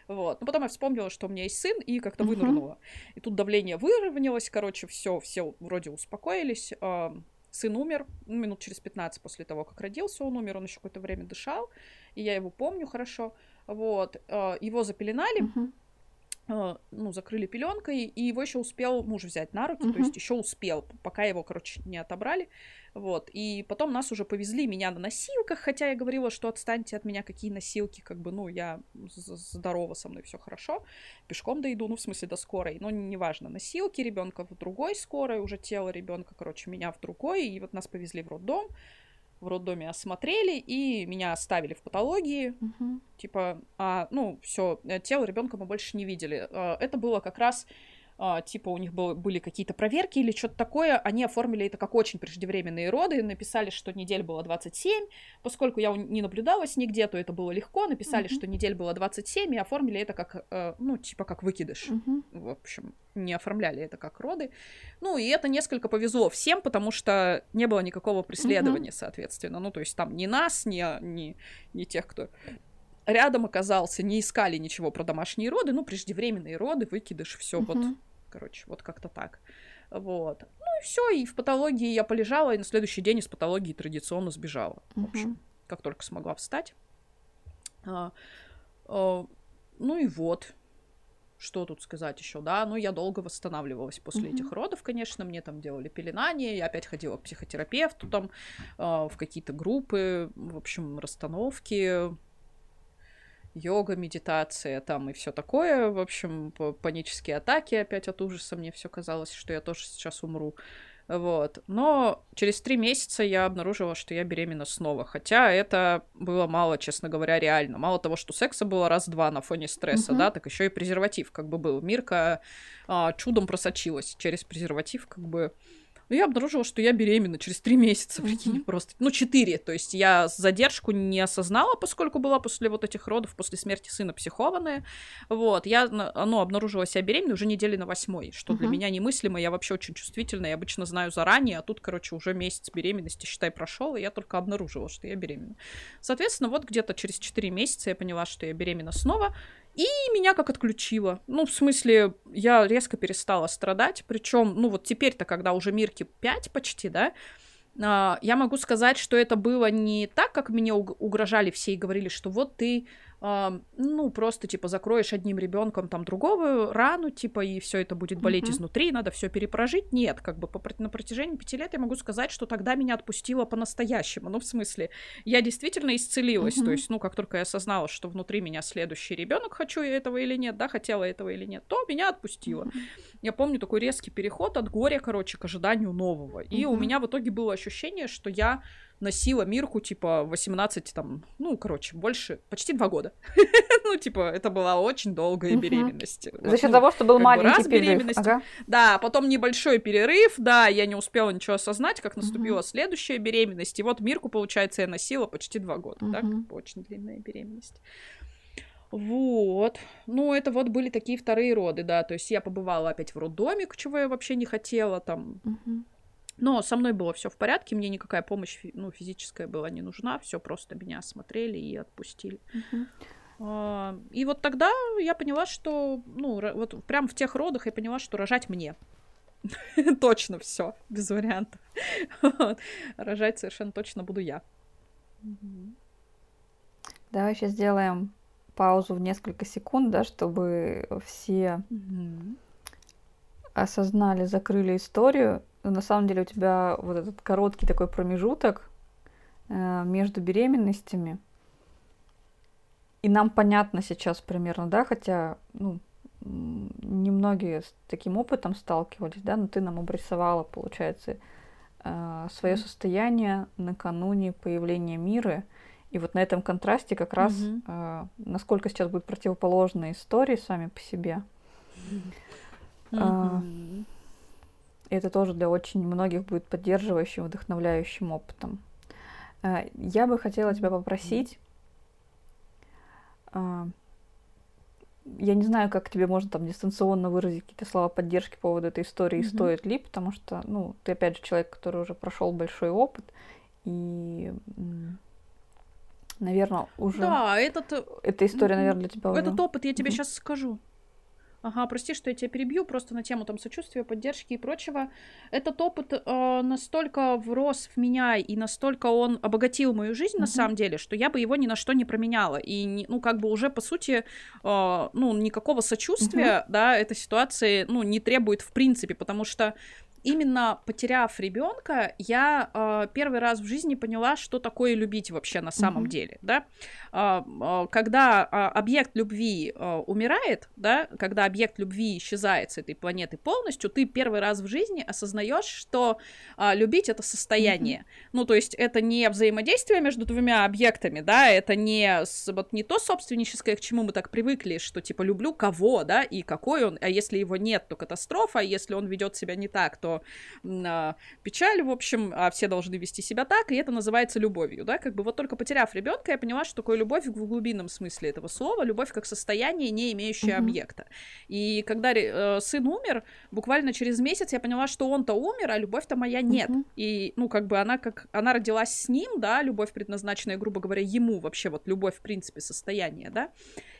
Вот. Но потом я вспомнила, что у меня есть сын, и как-то Мгм. вынырнула. И тут давление выровнялось, короче, все, все вроде успокоились. А, сын умер, ну, минут через пятнадцать после того, как родился, он умер, он еще какое-то время дышал, и я его помню хорошо. Вот. А, его запеленали, Мгм. а, ну, закрыли пеленкой, и его еще успел муж взять на руки, то Мгм. есть еще успел, пока его, короче, не отобрали. Вот. И потом нас уже повезли, меня на носилках, хотя я говорила, что отстаньте от меня, какие носилки, как бы, ну, я з- здорова, со мной все хорошо, пешком дойду, ну, в смысле, до скорой, но неважно, носилки, ребенка в другой скорой, уже тело ребенка, короче, меня в другой, и вот нас повезли в роддом, в роддоме осмотрели, и меня оставили в патологии, Мгм. типа, а, ну, все, тело ребенка мы больше не видели. А, Это было как раз, а, типа, у них был- были какие-то проверки или что-то такое, они оформили это как очень преждевременные роды, написали, что недель было двадцать семь, поскольку я у- не наблюдалась нигде, то это было легко, написали, Мгм. что недель было двадцать семь, и оформили это как, э, ну, типа, как выкидыш. Мгм. В общем, не оформляли это как роды. Ну, и это несколько повезло всем, потому что не было никакого преследования, соответственно. Ну, то есть там ни нас, ни, ни, ни тех, кто рядом оказался, не искали ничего про домашние роды, ну, преждевременные роды, выкидыш, все вот, Мгм. короче, вот как-то так. Вот. Ну и все, и в патологии я полежала, и на следующий день из патологии традиционно сбежала. В общем, Мгм. как только смогла встать. А, а, ну и вот. Что тут сказать еще, да? Ну, я долго восстанавливалась после Мгм. этих родов, конечно. Мне там делали пеленание, я опять ходила к психотерапевту, там, а, в какие-то группы, в общем, расстановки, йога, медитация там и все такое. В общем, п- панические атаки опять от ужаса. Мне все казалось, что я тоже сейчас умру. Вот. Но через три месяца я обнаружила, что я беременна снова. Хотя это было мало, честно говоря, реально. Мало того, что секса было раз-два на фоне стресса, Мгм. да, так еще и презерватив как бы был. Мирка а, чудом просочилась через презерватив, как бы. Ну, я обнаружила, что я беременна через три месяца, прикинь, Мгм. просто. Ну, четыре. То есть я задержку не осознала, поскольку была после вот этих родов, после смерти сына психованная. Вот. Я, на- ну, обнаружила себя беременной уже недели на восьмой, что для Мгм. меня немыслимо. Я вообще очень чувствительная, я обычно знаю заранее, а тут, короче, уже месяц беременности, считай, прошел, и я только обнаружила, что я беременна. Соответственно, вот где-то через четыре месяца я поняла, что я беременна снова. И меня как отключило. Ну, в смысле, я резко перестала страдать. Причем, ну, вот теперь-то, когда уже Мирке пять почти, да, а, я могу сказать, что это было не так, как мне уг- угрожали все и говорили, что вот ты, а, ну, просто, типа, закроешь одним ребенком там другого рану, типа, и все это будет болеть Мгм. изнутри, надо все перепрожить. Нет, как бы по, пр- на протяжении пяти лет я могу сказать, что тогда меня отпустило по-настоящему. Ну, в смысле, я действительно исцелилась. То Мгм. есть, ну, как только я осознала, что внутри меня следующий ребенок, хочу я этого или нет, да, хотела этого или нет, то меня отпустило. Мгм. Я помню такой резкий переход от горя, короче, к ожиданию нового. И у Мгм. меня в итоге было ощущение, что я носила Мирку, типа, восемнадцать, там, ну, короче, больше, почти два года. Ну, типа, это была очень долгая Мгм. беременность. За Вот, счет ну, того, что был как бы маленький раз перерыв. беременность, Ага. да, потом небольшой перерыв, да, я не успела ничего осознать, как наступила Мгм. следующая беременность, и вот Мирку, получается, я носила почти два года, да, как Мгм. бы очень длинная беременность. Вот. Ну, это вот были такие вторые роды, да. То есть я побывала опять в роддоме, чего я вообще не хотела там. Мгм. Но со мной было все в порядке, мне никакая помощь, фи- ну, физическая была не нужна, все просто меня осмотрели и отпустили. Мгм. А, И вот тогда я поняла, что, ну, ро- вот прям в тех родах я поняла, что рожать мне. Точно все, без вариантов. Вот. Рожать совершенно точно буду я. Мгм. Давай сейчас сделаем паузу в несколько секунд, да, чтобы все Мгм. осознали, закрыли историю. Но на самом деле у тебя вот этот короткий такой промежуток э, между беременностями. И нам понятно сейчас примерно, да, хотя, ну, м, немногие с таким опытом сталкивались, да, но ты нам обрисовала, получается, свое Мгм. состояние накануне появления Миры. И вот на этом контрасте как раз, Мгм. э, насколько сейчас будут противоположные истории сами по себе. А, Мгм. И это тоже для очень многих будет поддерживающим, вдохновляющим опытом. А, Я бы хотела тебя Мгм. попросить, а, я не знаю, как тебе можно там дистанционно выразить какие-то слова поддержки по поводу этой истории, и Мгм. стоит ли, потому что, ну, ты опять же человек, который уже прошел большой опыт, и м, Наверное, уже... Да, этот... э, Эта история, мгм. наверное, для тебя уже... Этот опыт я тебе Мгм. сейчас скажу. Ага, прости, что я тебя перебью, просто на тему там сочувствия, поддержки и прочего. Этот опыт э, настолько врос в меня и настолько он обогатил мою жизнь на Мгм. самом деле, что я бы его ни на что не променяла. И, не- ну, как бы уже, по сути, э, ну, никакого Мгм. сочувствия, да, этой ситуации, ну, не требует в принципе, потому что именно потеряв ребенка, я э, первый раз в жизни поняла, что такое любить вообще на самом Мгм. деле, да. А, а, когда а, объект любви а, умирает, да, когда объект любви исчезает с этой планеты полностью, ты первый раз в жизни осознаешь, что а, любить это Мгм. состояние. Ну, то есть это не взаимодействие между двумя объектами, да, это не, с- вот не то собственническое, к чему мы так привыкли, что типа люблю кого, да, и какой он, а если его нет, то катастрофа, а если он ведет себя не так, то м, а, печаль, в общем, а все должны вести себя так, и это называется любовью, да, как бы вот только потеряв ребенка, я поняла, что такое любовь в глубинном смысле этого слова, любовь как состояние, не имеющее Мгм. объекта. И когда ре- э, сын умер, буквально через месяц я поняла, что он-то умер, а любовь-то моя нет. Мгм. И, ну, как бы она как, она родилась с ним, да, любовь, предназначенная, грубо говоря, ему вообще, вот любовь, в принципе, состояние, да,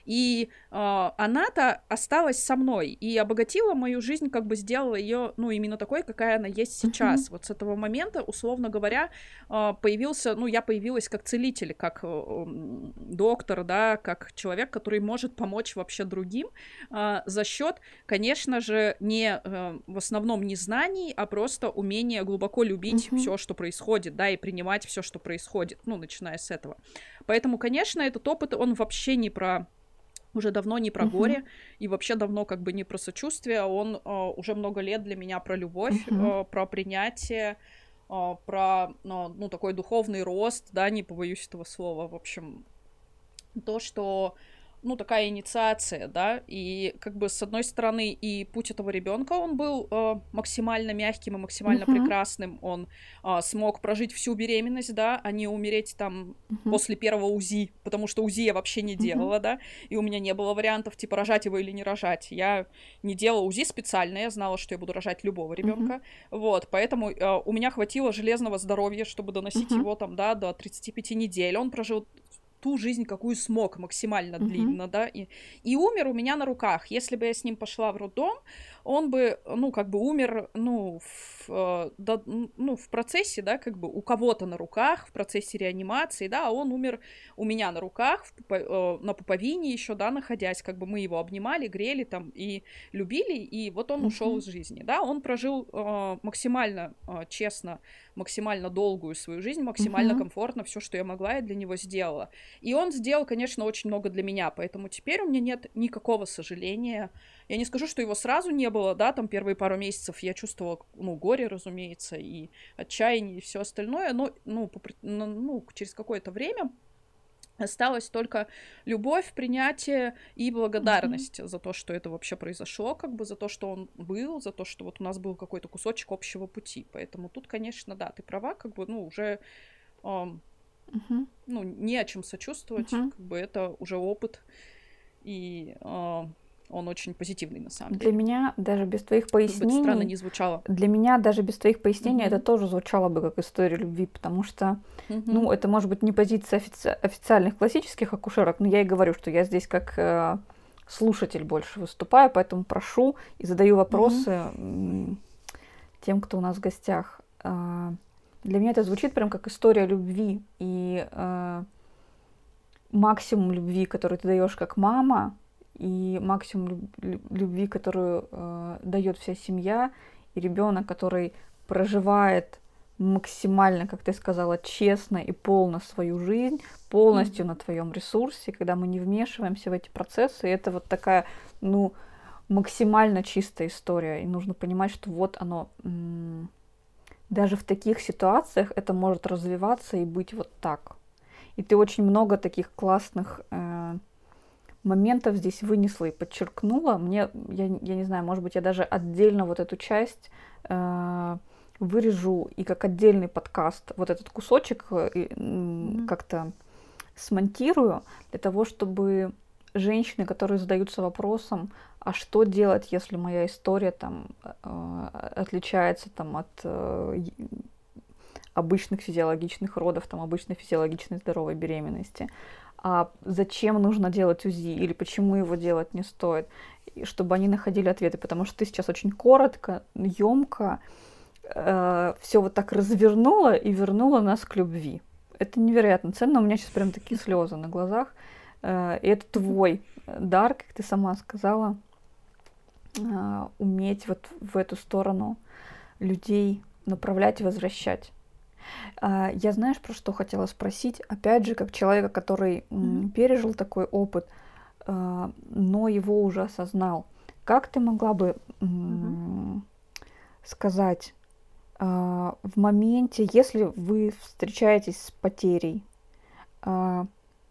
и э, она-то осталась со мной и обогатила мою жизнь, как бы сделала ее, ну, именно такой, какая она есть сейчас. Мгм. Вот с этого момента, условно говоря, э, появился, ну, я появилась как целитель, как э, м, доктор, да, как человек, который может помочь вообще другим э, за счет, конечно же, не э, в основном не знаний, а просто умения глубоко любить Мгм. все, что происходит, да, и принимать все, что происходит, ну, начиная с этого. Поэтому, конечно, этот опыт, он вообще не про уже давно не про Мгм. горе и вообще давно как бы не про сочувствие, он э, уже много лет для меня про любовь, Мгм. э, про принятие, э, про, ну, ну, такой духовный рост, да, не побоюсь этого слова, в общем, то, что, ну, такая инициация, да, и как бы с одной стороны и путь этого ребенка, он был э, максимально мягким и максимально Мгм. прекрасным, он э, смог прожить всю беременность, да, а не умереть там Мгм. после первого УЗИ, потому что УЗИ я вообще не Мгм. делала, да, и у меня не было вариантов, типа, рожать его или не рожать. Я не делала УЗИ специально, я знала, что я буду рожать любого Мгм. ребенка, вот, поэтому э, у меня хватило железного здоровья, чтобы доносить Мгм. его там, да, до тридцати пяти недель. Он прожил ту жизнь, какую смог, максимально Мгм. длинно, да, и, и умер у меня на руках. Если бы я с ним пошла в роддом, он бы, ну, как бы умер, ну, в, э, да, ну, в процессе, да, как бы у кого-то на руках, в процессе реанимации, да, а он умер у меня на руках, в пупо- э, на пуповине еще, да, находясь, как бы мы его обнимали, грели там и любили, и вот он ушел Мгм. из жизни, да, он прожил э, максимально э, честно, максимально долгую свою жизнь, максимально Мгм. комфортно, все, что я могла, я для него сделала. И он сделал, конечно, очень много для меня, поэтому теперь у меня нет никакого сожаления. Я не скажу, что его сразу не было, да, там первые пару месяцев я чувствовала, ну, горе, разумеется, и отчаяние, и все остальное, но, ну, по, ну, ну, через какое-то время осталась только любовь, принятие и Мгм. благодарность за то, что это вообще произошло, как бы за то, что он был, за то, что вот у нас был какой-то кусочек общего пути. Поэтому тут, конечно, да, ты права, как бы, ну, уже ам, Мгм. ну, не о чем сочувствовать, Мгм. как бы это уже опыт, и а, он очень позитивный на самом Для деле. меня даже без твоих Как бы это странно пояснений, не звучало. для меня даже без твоих пояснений это Мгм. тоже звучало бы как история любви, потому что, Мгм. ну, это может быть не позиция офици- официальных классических акушерок, но я и говорю, что я здесь как э, слушатель больше выступаю, поэтому прошу и задаю Мгм. вопросы м, тем, кто у нас в гостях. А, Для меня это звучит прям как история любви и э, максимум любви, который ты даешь как мама, и максимум люб- лю- любви, которую э, дает вся семья, и ребенок, который проживает максимально, как ты сказала, честно и полно свою жизнь, полностью на Мгм. твоем ресурсе, когда мы не вмешиваемся в эти процессы. И это вот такая, ну, максимально чистая история. И нужно понимать, что вот оно, м, даже в таких ситуациях это может развиваться и быть вот так. И ты очень много таких классных э, моментов здесь вынесла и подчеркнула. Мне, я, я не знаю, может быть, я даже отдельно вот эту часть э, вырежу и как отдельный подкаст вот этот кусочек э, и, м, Мгм. как-то смонтирую для того, чтобы женщины, которые задаются вопросом, а что делать, если моя история там э, отличается там от э, обычных физиологичных родов, там, обычной физиологичной здоровой беременности. А зачем нужно делать УЗИ или почему его делать не стоит, и чтобы они находили ответы, потому что ты сейчас очень коротко, емко э, все вот так развернула и вернула нас к любви. Это невероятно ценно, у меня сейчас прям такие слезы на глазах. Э, и это твой дар, как ты сама сказала, э, уметь вот в эту сторону людей направлять и возвращать. Я, знаешь, про что хотела спросить? Опять же, как человека, который mm-hmm. пережил такой опыт, но его уже осознал. Как ты могла бы mm-hmm. сказать в моменте, если вы встречаетесь с потерей, mm-hmm.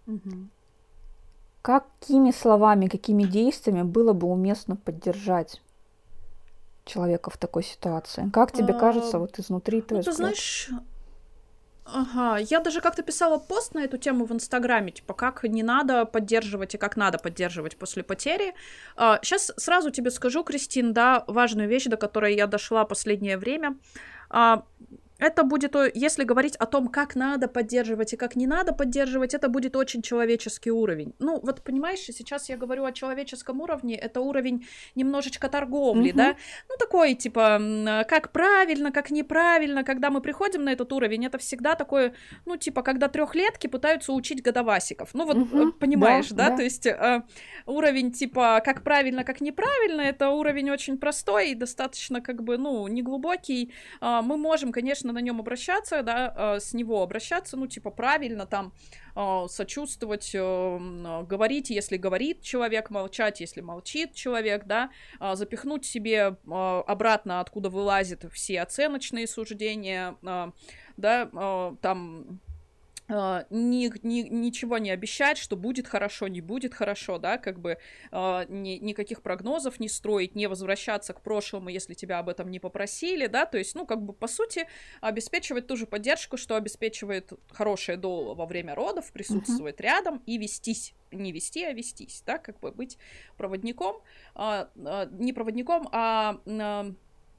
какими словами, какими действиями было бы уместно поддержать человека в такой ситуации? Как тебе uh, кажется, вот изнутри твой ну, ты взгляд? знаешь, ага, я даже как-то писала пост на эту тему в Инстаграме, типа, как не надо поддерживать и как надо поддерживать после потери. Uh, сейчас сразу тебе скажу, Кристин, да, важную вещь, до которой я дошла последнее время. Uh, Это будет, если говорить о том, как надо поддерживать и как не надо поддерживать, это будет очень человеческий уровень. Ну, вот понимаешь, сейчас я говорю о человеческом уровне, это уровень немножечко торговли, mm-hmm. да? Ну, такой, типа, как правильно, как неправильно, когда мы приходим на этот уровень, это всегда такое, ну, типа, когда трехлетки пытаются учить годовасиков. Ну, вот, mm-hmm. понимаешь, да? да? да? То есть э, уровень, типа, как правильно, как неправильно, это уровень очень простой и достаточно, как бы, ну, неглубокий. Э, мы можем, конечно, на нем обращаться, да, с него обращаться, ну, типа, правильно там сочувствовать, говорить, если говорит человек, молчать, если молчит человек, да, запихнуть себе обратно, откуда вылазят все оценочные суждения, да, там... Ни, ни, ничего не обещать, что будет хорошо, не будет хорошо, да, как бы э, ни, никаких прогнозов не строить, не возвращаться к прошлому, если тебя об этом не попросили, да, то есть, ну, как бы, по сути, обеспечивать ту же поддержку, что обеспечивает хорошее доула во время родов, присутствовать uh-huh. рядом и вестись, не вести, а вестись, да, как бы быть проводником, э, э, не проводником, а э,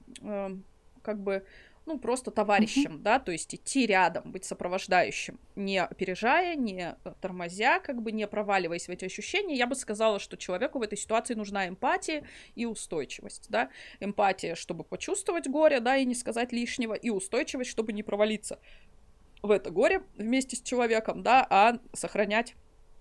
э, как бы ну, просто товарищем, uh-huh. да, то есть идти рядом, быть сопровождающим, не опережая, не тормозя, как бы не проваливаясь в эти ощущения. Я бы сказала, что человеку в этой ситуации нужна эмпатия и устойчивость, да, эмпатия, чтобы почувствовать горе, да, и не сказать лишнего, и устойчивость, чтобы не провалиться в это горе вместе с человеком, да, а сохранять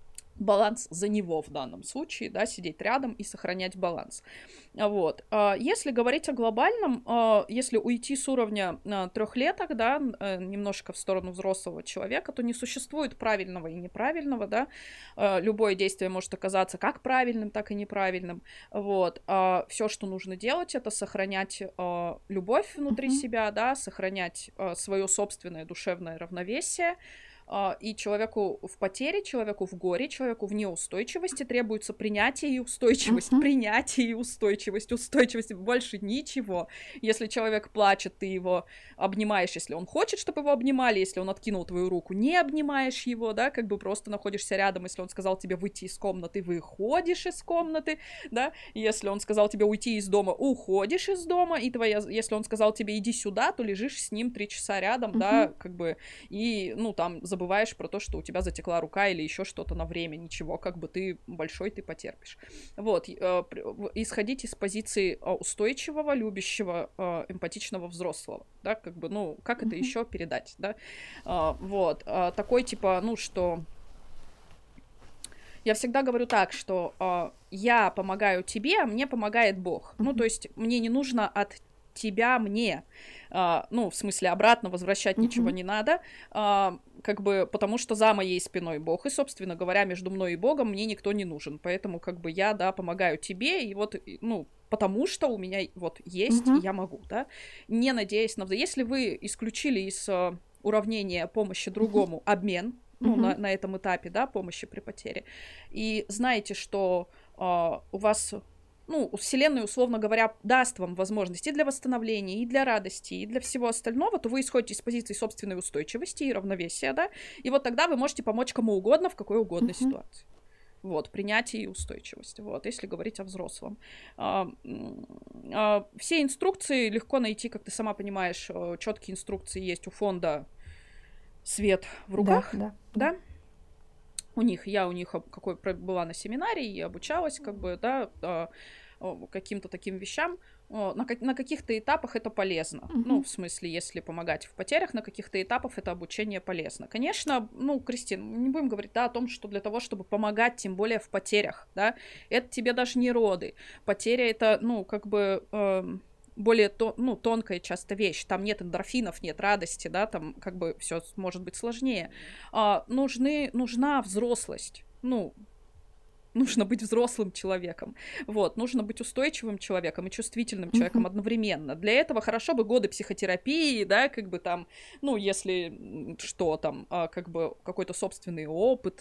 баланс за него в данном случае, да, сидеть рядом и сохранять баланс. Вот. Если говорить о глобальном, если уйти с уровня трехлеток, да, немножко в сторону взрослого человека, то не существует правильного и неправильного, да, любое действие может оказаться как правильным, так и неправильным. Вот. Все, что нужно делать, это сохранять любовь внутри mm-hmm. себя, да, сохранять свое собственное душевное равновесие. И человеку в потере, человеку в горе, человеку в неустойчивости требуется принятие и устойчивость. Uh-huh. Принятие и устойчивость. Устойчивость, больше ничего. Если человек плачет, ты его обнимаешь, если он хочет, чтобы его обнимали. Если он откинул твою руку, не обнимаешь его, да, как бы просто находишься рядом. Если он сказал тебе выйти из комнаты, выходишь из комнаты, да. Если он сказал тебе уйти из дома, уходишь из дома. И твоя, если он сказал тебе иди сюда, то лежишь с ним три часа рядом, uh-huh. да, как бы, и, ну, там, забываешь забываешь про то, что у тебя затекла рука или еще что-то на время, ничего, как бы ты большой, ты потерпишь. Вот, исходить из позиции устойчивого, любящего, эмпатичного взрослого, да, как бы, ну, как это mm-hmm. еще передать, да, вот, такой, типа, ну, что... Я всегда говорю так, что я помогаю тебе, а мне помогает Бог. Mm-hmm. Ну, то есть мне не нужно от тебя мне, uh, ну, в смысле, обратно возвращать uh-huh. ничего не надо, uh, как бы, потому что за моей спиной Бог, и, собственно говоря, между мной и Богом мне никто не нужен, поэтому, как бы, я, да, помогаю тебе, и вот, ну, потому что у меня вот есть, uh-huh. и я могу, да, не надеясь на... Если вы исключили из uh, уравнения помощи другому uh-huh. обмен, ну, uh-huh. на, на этом этапе, да, помощи при потере, и знаете, что uh, у вас... ну, Вселенная, условно говоря, даст вам возможность и для восстановления, и для радости, и для всего остального, то вы исходите из позиции собственной устойчивости и равновесия, да, и вот тогда вы можете помочь кому угодно в какой угодно uh-huh. ситуации. Вот, принятие и устойчивость, вот, если говорить о взрослом. А, а, все инструкции легко найти, как ты сама понимаешь, четкие инструкции есть у фонда свет в руках, Да, да? У них, я у них какой была на семинаре и обучалась, как бы, да, каким-то таким вещам. На, на каких-то этапах это полезно. Uh-huh. Ну, в смысле, если помогать в потерях, на каких-то этапах это обучение полезно. Конечно, ну, Кристин, не будем говорить, да, о том, что для того, чтобы помогать, тем более в потерях, да, это тебе даже не роды. Потеря — это, ну, как бы... Э, более то, ну, тонкая часто вещь. Там нет эндорфинов, нет радости, да, там как бы все может быть сложнее. А, нужны, нужна взрослость. Ну, нужно быть взрослым человеком. Вот, нужно быть устойчивым человеком и чувствительным человеком mm-hmm. одновременно. Для этого хорошо бы годы психотерапии, да, как бы там, ну, если что там, как бы какой-то собственный опыт,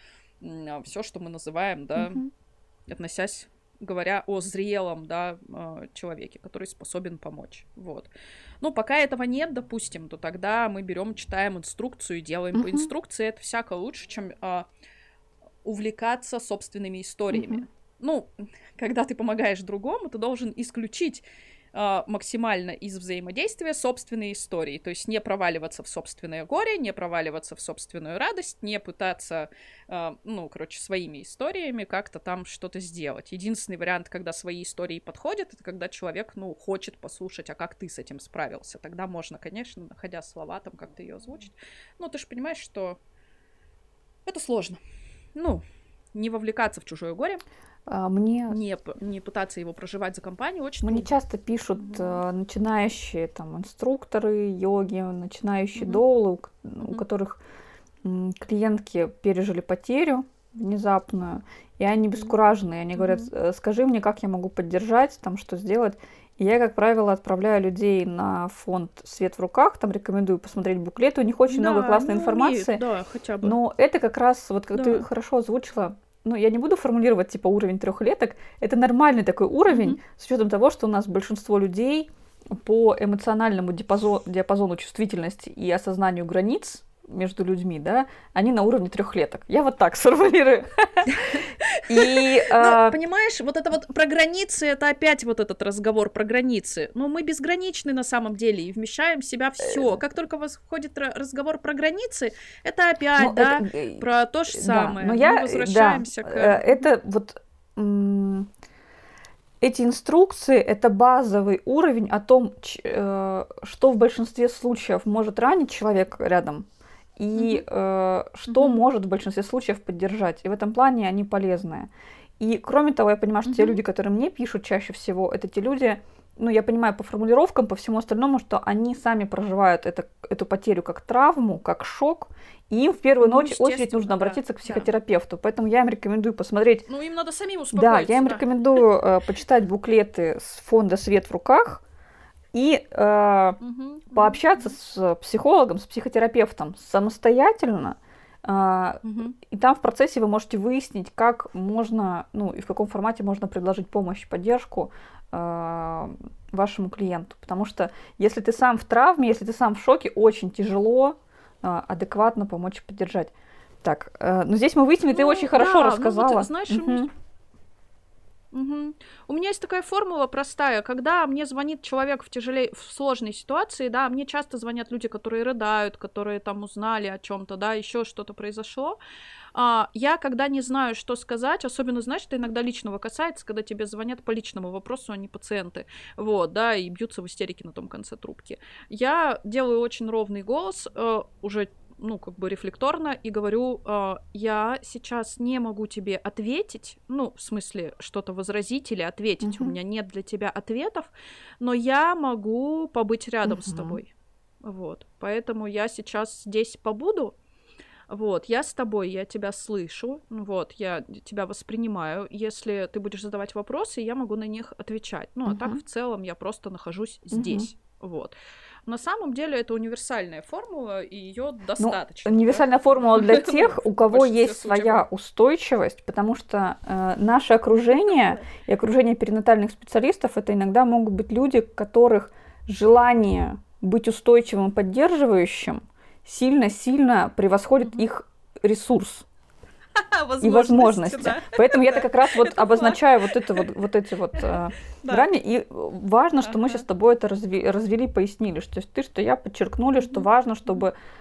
все, что мы называем, да, mm-hmm. относясь, говоря о зрелом, да, человеке, который способен помочь. Вот. Ну, пока этого нет, допустим, то тогда мы берем, читаем инструкцию и делаем mm-hmm. по инструкции. Это всяко лучше, чем а, увлекаться собственными историями. Mm-hmm. Ну, когда ты помогаешь другому, ты должен исключить а, максимально из взаимодействия собственные истории. То есть не проваливаться в собственное горе, не проваливаться в собственную радость, не пытаться, а, ну, короче, своими историями как-то там что-то сделать. Единственный вариант, когда свои истории подходят, это когда человек, ну, хочет послушать, а как ты с этим справился. Тогда можно, конечно, находя слова, там как-то ее озвучить. Но ты же понимаешь, что это сложно. Ну, не вовлекаться в чужое горе. Мне... Не, не пытаться его проживать за компанию очень Мне трудно. часто пишут mm-hmm. начинающие там инструкторы йоги, начинающие mm-hmm. доулы, у, mm-hmm. у которых м, клиентки пережили потерю внезапную, и они бескуражные. Они mm-hmm. говорят, скажи мне, как я могу поддержать, там, что сделать. И я, как правило, отправляю людей на фонд «Свет в руках», там рекомендую посмотреть буклеты, у них очень да, много классной ну, информации. умеют, да, хотя бы. Но это как раз, вот как да. ты хорошо озвучила, ну, я не буду формулировать, типа, уровень трехлеток. Это нормальный такой уровень, mm-hmm. с учетом того, что у нас большинство людей по эмоциональному диапазону, диапазону чувствительности и осознанию границ между людьми, да, они на уровне трехлеток. Я вот так сформулирую. И, ну, понимаешь, вот это вот про границы, это опять вот этот разговор про границы. Но мы безграничны на самом деле и вмещаем в себя все. Как только восходит разговор про границы, это опять, ну, да, это, про то же самое. Да, но мы я, возвращаемся да, к... Это вот... М- Эти инструкции — это базовый уровень о том, что в большинстве случаев может ранить человека рядом, и mm-hmm. э, что mm-hmm. может в большинстве случаев поддержать. И в этом плане они полезные. И кроме того, я понимаю, что mm-hmm. те люди, которые мне пишут чаще всего, это те люди, ну, я понимаю по формулировкам, по всему остальному, что они сами проживают это, эту потерю как травму, как шок, и им в первую ну, ночь, очередь нужно обратиться да, к психотерапевту. Да. Поэтому я им рекомендую посмотреть... Ну, им надо самим успокоиться. Да, я им да. рекомендую э, почитать буклеты с фонда «Свет в руках», и э, угу, пообщаться угу. с психологом, с психотерапевтом самостоятельно. Э, угу. И там в процессе вы можете выяснить, как можно, ну и в каком формате можно предложить помощь, поддержку э, вашему клиенту. Потому что если ты сам в травме, если ты сам в шоке, очень тяжело э, адекватно помочь поддержать. Так, э, но здесь мы выяснили, ну, ты очень хорошо да, рассказала. Ну, вот, знаешь, угу. Угу. У меня есть такая формула простая, когда мне звонит человек в тяжелей, в сложной ситуации, да, мне часто звонят люди, которые рыдают, которые там узнали о чем-то, да, еще что-то произошло. А, я, когда не знаю, что сказать, особенно, знаешь, это иногда личного касается, когда тебе звонят по личному вопросу, а не пациенты, вот, да, и бьются в истерике на том конце трубки. Я делаю очень ровный голос, э, уже ну, как бы рефлекторно, и говорю, э, я сейчас не могу тебе ответить, ну, в смысле, что-то возразить или ответить, uh-huh. у меня нет для тебя ответов, но я могу побыть рядом uh-huh. с тобой, вот, поэтому я сейчас здесь побуду, вот, я с тобой, я тебя слышу, вот, я тебя воспринимаю, если ты будешь задавать вопросы, я могу на них отвечать, ну, uh-huh. а так в целом я просто нахожусь здесь, uh-huh. вот. На самом деле это универсальная формула, и ее достаточно. Ну, универсальная да? формула для тех, у кого есть своя устойчивость, потому что э, наше окружение и окружение перинатальных специалистов это иногда могут быть люди, которых желание быть устойчивым, поддерживающим сильно-сильно превосходит mm-hmm. их ресурс. И возможности. Да. Поэтому я-то как раз вот обозначаю вот, это вот, вот эти вот э, да. грани. И важно, что ага. мы сейчас с тобой это разви- развели, пояснили, что ты, что я подчеркнули, что важно, чтобы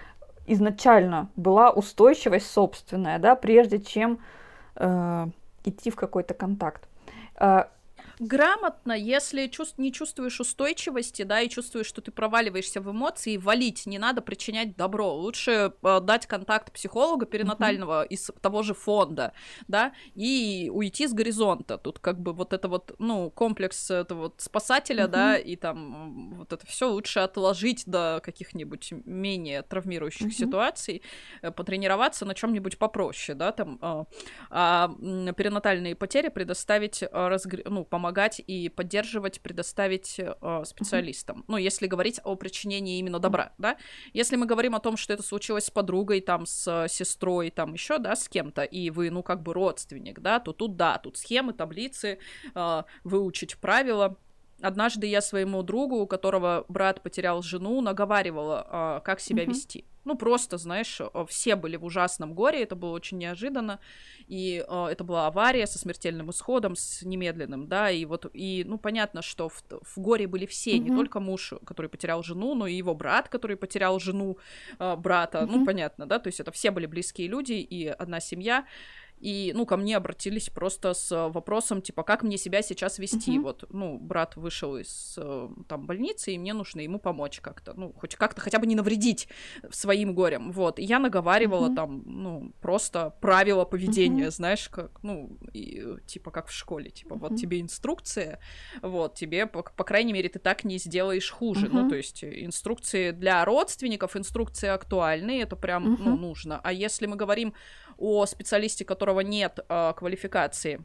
изначально была устойчивость собственная, да, прежде чем э, идти в какой-то контакт. Э, Грамотно, если чувств, не чувствуешь устойчивости, да, и чувствуешь, что ты проваливаешься в эмоции, валить, не надо причинять добро. Лучше э, дать контакт психолога перинатального uh-huh. из того же фонда, да, и уйти с горизонта. Тут как бы вот это вот, ну, комплекс этого вот спасателя, uh-huh. да, и там вот это все лучше отложить до каких-нибудь менее травмирующих uh-huh. ситуаций, э, потренироваться на чем-нибудь попроще, да, там, э, а перинатальные потери предоставить, э, разгр... ну, помогать помогать и поддерживать, предоставить э, специалистам. Uh-huh. Ну, если говорить о причинении именно добра, да. Если мы говорим о том, что это случилось с подругой, там, с сестрой, там, еще, да, с кем-то, и вы, ну, как бы родственник, да, то тут, да, тут схемы, таблицы, э, выучить правила. Однажды я своему другу, у которого брат потерял жену, наговаривала, э, как себя uh-huh. вести. Ну, просто, знаешь, все были в ужасном горе, это было очень неожиданно, и э, это была авария со смертельным исходом, с немедленным, да, и вот, и, ну, понятно, что в, в горе были все, mm-hmm. не только муж, который потерял жену, но и его брат, который потерял жену э, брата, mm-hmm. ну, понятно, да, то есть это все были близкие люди и одна семья. И, ну, ко мне обратились просто с вопросом, типа, как мне себя сейчас вести? Uh-huh. Вот, ну, брат вышел из, там, больницы, и мне нужно ему помочь как-то, ну, хоть как-то хотя бы не навредить своим горем, вот. И я наговаривала uh-huh. там, ну, просто правила поведения, uh-huh. знаешь, как, ну, и, типа, как в школе, типа, uh-huh. вот тебе инструкция, вот, тебе, по, по крайней мере, ты так не сделаешь хуже, uh-huh. ну, то есть инструкции для родственников, инструкции актуальны, это прям, uh-huh. ну, нужно. А если мы говорим о специалисте, которого нет э, квалификации,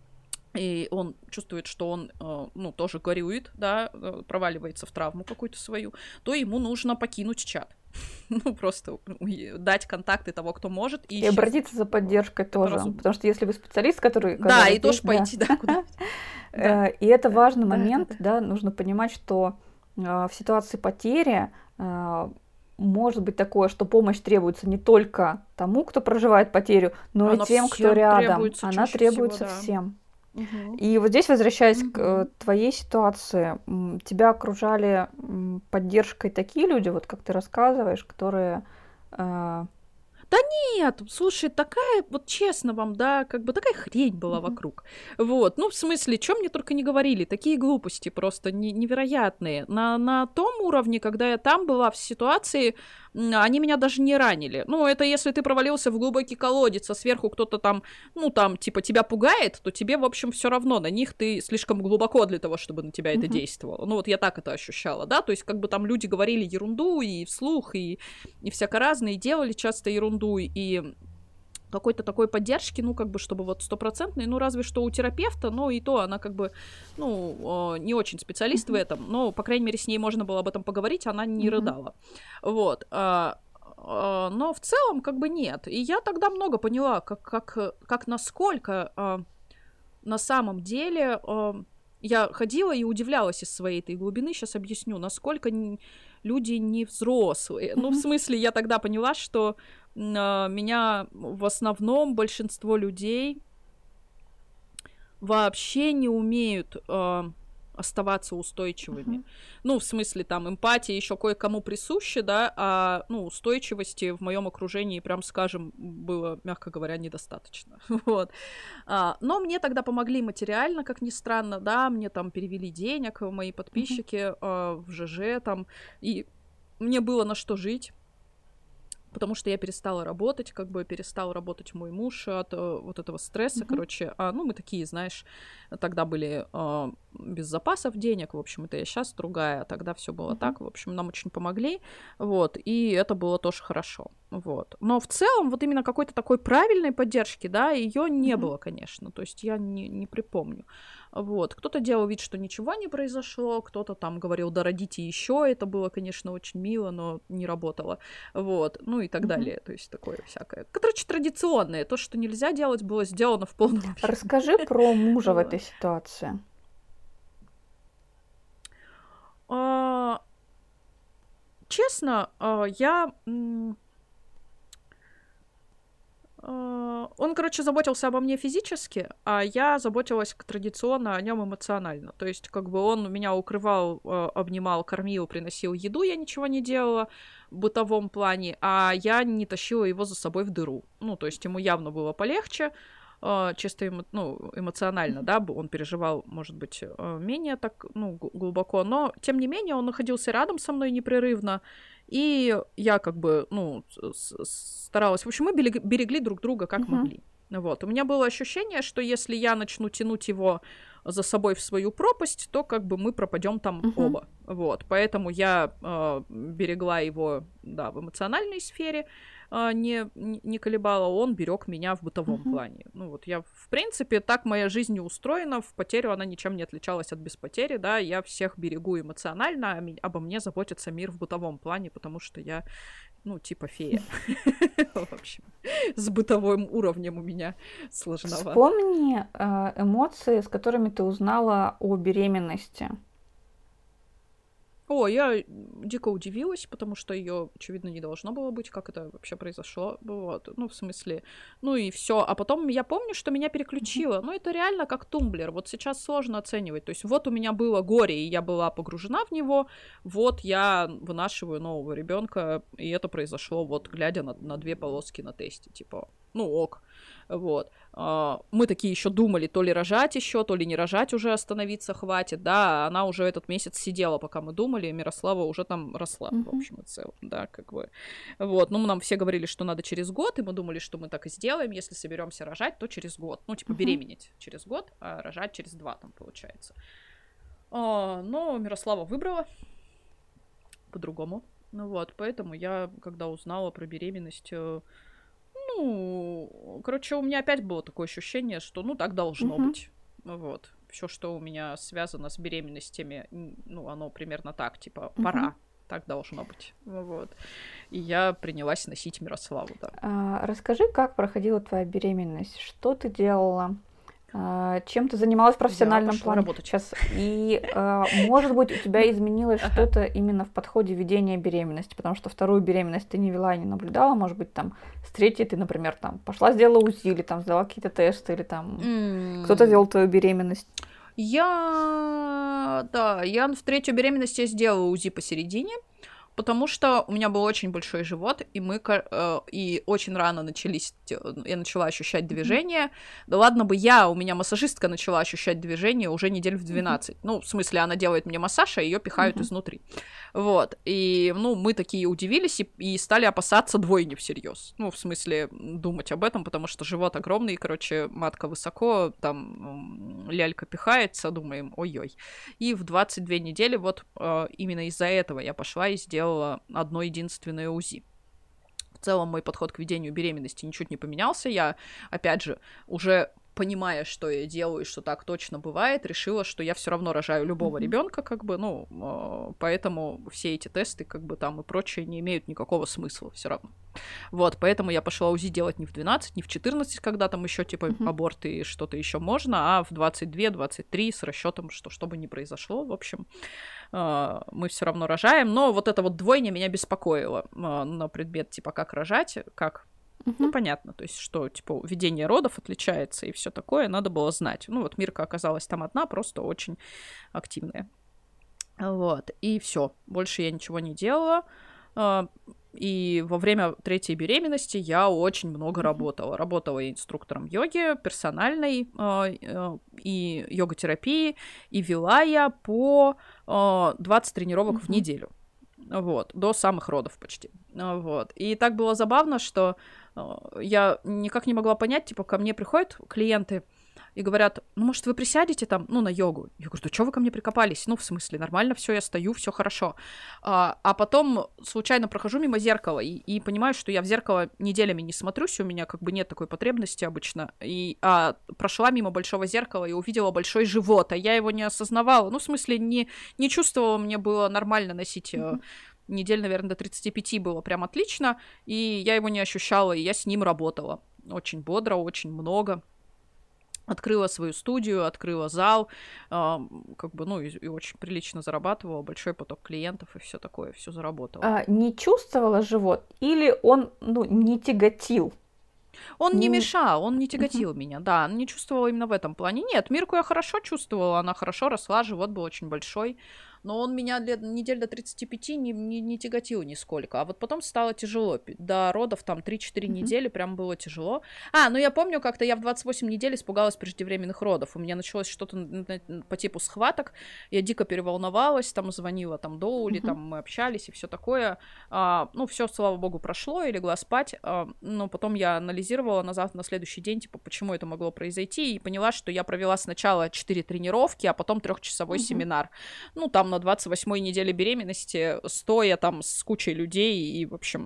и он чувствует, что он, э, ну, тоже горюет, да, э, проваливается в травму какую-то свою, то ему нужно покинуть чат. Ну, просто дать контакты того, кто может. И, и обратиться за поддержкой тоже. Разумно. Потому что если вы специалист, который... Да, и тоже пойти, да, куда. И это важный момент, да, нужно понимать, что в ситуации потери может быть такое, что помощь требуется не только тому, кто проживает потерю, но Она и тем, кто рядом. Она требуется всего, да. всем. Угу. И вот здесь, возвращаясь угу. к твоей ситуации, тебя окружали поддержкой такие люди, вот как ты рассказываешь, которые... Э... Да нет, слушай, такая, вот честно вам, да, как бы такая хрень была mm-hmm. вокруг. Вот, ну, в смысле, что мне только не говорили, такие глупости просто не, невероятные. На, на том уровне, когда я там была в ситуации, они меня даже не ранили. Ну, это если ты провалился в глубокий колодец, а сверху кто-то там, ну, там, типа, тебя пугает, то тебе, в общем, все равно, на них ты слишком глубоко для того, чтобы на тебя mm-hmm. это действовало. Ну, вот я так это ощущала, да, то есть как бы там люди говорили ерунду и вслух, и, и всяко разное, и делали часто ерунду, и какой-то такой поддержки, ну, как бы, чтобы вот стопроцентной, ну, разве что у терапевта, но и то она, как бы, ну, не очень специалист mm-hmm. в этом, но, по крайней мере, с ней можно было об этом поговорить, она не mm-hmm. рыдала, вот, а, а, но в целом, как бы, нет, и я тогда много поняла, как, как, как насколько а, на самом деле а, я ходила и удивлялась из своей этой глубины, сейчас объясню, насколько не, люди не взрослые, mm-hmm. ну, в смысле, я тогда поняла, что меня в основном большинство людей вообще не умеют э, оставаться устойчивыми. Uh-huh. Ну, в смысле, там, эмпатия еще кое-кому присуща, да, а, ну, устойчивости в моем окружении, прям скажем, было, мягко говоря, недостаточно. Вот. А, но мне тогда помогли материально, как ни странно, да, мне там перевели денег, мои подписчики uh-huh. э, в ЖЖ, там, и мне было на что жить. Потому что я перестала работать, как бы перестал работать мой муж от э, вот этого стресса, mm-hmm. короче. А, ну, мы такие, знаешь, тогда были э, без запасов денег, в общем, это я сейчас другая, а тогда все было mm-hmm. так, в общем, нам очень помогли, вот, и это было тоже хорошо, вот. Но в целом вот именно какой-то такой правильной поддержки, да, ее не mm-hmm. было, конечно, то есть я не, не припомню. Вот. Кто-то делал вид, что ничего не произошло, кто-то там говорил, да родите еще, это было, конечно, очень мило, но не работало, вот, ну и так mm-hmm. далее, то есть такое всякое. Короче, традиционное, то, что нельзя делать, было сделано в полном объеме. Расскажи про мужа в этой ситуации. Честно, я... Э, Он, короче, заботился обо мне физически, а я заботилась к- традиционно о нем эмоционально. То есть, как бы он меня укрывал, э, обнимал, кормил, приносил еду, я ничего не делала в бытовом плане, а я не тащила его за собой в дыру. Ну, то есть ему явно было полегче, э, чисто эмо- ну, эмоционально, да, б- он переживал, может быть, э, менее так, ну, г- глубоко, но, тем не менее, он находился рядом со мной непрерывно, и я как бы, ну, с- с- старалась. В общем, мы берег- берегли друг друга как Мгм. могли. Вот. У меня было ощущение, что если я начну тянуть его за собой в свою пропасть, то как бы мы пропадем там Мгм. оба. Вот. Поэтому я э, берегла его, да, в эмоциональной сфере, э, не, не не колебала, он берег меня в бытовом Мгм. плане. Ну вот я, в принципе, так моя жизнь и устроена. В потерю она ничем не отличалась от без потери, да. Я всех берегу эмоционально, а ми- обо мне заботится мир в бытовом плане, потому что я, ну, типа фея. В общем, с бытовым уровнем у меня сложновато. Вспомни э, эмоции, с которыми ты узнала о беременности. О, я дико удивилась, потому что ее, очевидно, не должно было быть, как это вообще произошло. Вот. Ну, в смысле, ну и все. А потом я помню, что меня переключило. Ну, это реально как тумблер. Вот сейчас сложно оценивать. То есть вот у меня было горе, и я была погружена в него. Вот я вынашиваю нового ребенка, и это произошло, вот глядя на, на две полоски на тесте. Типа, ну ок. Вот. А, мы такие еще думали, то ли рожать еще, то ли не рожать уже, остановиться хватит, да, она уже этот месяц сидела, пока мы думали, Мирослава уже там росла, в Мгм. общем и целом, да, как бы, вот, ну, нам все говорили, что надо через год, и мы думали, что мы так и сделаем, если соберемся рожать, то через год, ну, типа, Мгм. беременеть через год, а рожать через два, там, получается. А, но Мирослава выбрала по-другому, ну, вот, поэтому я, когда узнала про беременность, э, ну, короче, у меня опять было такое ощущение, что, ну, так должно Мгм. быть. Вот. Все, что у меня связано с беременностями, н- ну, оно примерно так, типа, Мгм. пора. Так должно быть. Вот. И я принялась носить Мирославу, да. А, расскажи, как проходила твоя беременность, что ты делала, а, чем ты занималась в Я профессиональном пошла плане работать. сейчас, и, а, может быть, у тебя изменилось Ага. что-то именно в подходе ведения беременности, потому что вторую беременность ты не вела и не наблюдала, может быть, там, с третьей ты, например, там, пошла, сделала УЗИ, или там, сдала какие-то тесты, или там, кто-то М, вел твою беременность. Я, да, я в третью беременность я сделала УЗИ посередине, потому что у меня был очень большой живот, и мы ко- э, и очень рано начались, те- я начала ощущать движение. Да ладно бы я, у меня массажистка начала ощущать движение уже недель в двенадцать. Ну, в смысле, она делает мне массаж, а ее пихают Мгм. изнутри. Вот. И, ну, мы такие удивились и, и стали опасаться двойни всерьез. Ну, в смысле, думать об этом, потому что живот огромный, короче, матка высоко, там м, лялька пихается, думаем, ой-ой. И в двадцать две недели вот э, именно из-за этого я пошла и сделала одно единственное УЗИ. В целом мой подход к ведению беременности ничуть не поменялся. Я, опять же, уже понимая, что я делаю и что так точно бывает, решила, что я все равно рожаю любого Мгм. ребенка, как бы, ну, э, поэтому все эти тесты, как бы там и прочее, не имеют никакого смысла все равно. Вот, поэтому я пошла УЗИ делать не в двенадцать, не в четырнадцать, когда там еще типа Мгм. аборт и что-то еще можно, а в двадцать два двадцать три с расчетом, что что бы ни произошло, в общем, э, мы все равно рожаем. Но вот эта вот двойня меня беспокоила э, на предмет типа как рожать, как. Ну, Мгм. понятно, то есть, что, типа, ведение родов отличается и все такое, надо было знать. Ну, вот Мирка оказалась там одна, просто очень активная. Вот, и все, больше я ничего не делала. А, И во время третьей беременности я очень много Мгм. работала. Работала я инструктором йоги, персональной, а, э, и йога-терапии, и вела я по а, двадцать тренировок в Мгм. неделю. Вот, до самых родов почти. А, Вот. И так было забавно, что а, я никак не могла понять, типа, ко мне приходят клиенты и говорят, ну, может, вы присядете там, ну, на йогу? Я говорю, да что вы ко мне прикопались? Ну, в смысле, нормально все, я стою, все хорошо. А, а потом случайно прохожу мимо зеркала и, и понимаю, что я в зеркало неделями не смотрюсь, у меня как бы нет такой потребности обычно. И а, прошла мимо большого зеркала и увидела большой живот, а я его не осознавала. Ну, в смысле, не, не чувствовала, мне было нормально носить... э, Недель, наверное, до тридцати пяти было прям отлично, и я его не ощущала, и я с ним работала. Очень бодро, очень много. Открыла свою студию, открыла зал, э, как бы, ну, и, и очень прилично зарабатывала, большой поток клиентов и все такое, все заработала. А, не чувствовала живот или он, ну, не тяготил? Он не Не... мешал, он не Мгм. тяготил меня, да, не чувствовала именно в этом плане. Нет, Мирку я хорошо чувствовала, она хорошо росла, живот был очень большой, но он меня лет, недель до тридцати пяти не, не, не тяготил нисколько. А вот потом стало тяжело. Пи- До родов там три-четыре Мгм. недели прям было тяжело. А, ну я помню, как-то я в двадцать восемь недель испугалась преждевременных родов. У меня началось что-то н- н- по типу схваток. Я дико переволновалась, там звонила там Доули, Мгм. там мы общались и все такое. А, ну, все, слава богу, прошло, и легла спать. А, но потом я анализировала назад на следующий день, типа, почему это могло произойти, и поняла, что я провела сначала четыре тренировки, а потом трехчасовой Мгм. семинар. Ну, там на двадцать восьмой неделе беременности, стоя там с кучей людей, и, в общем,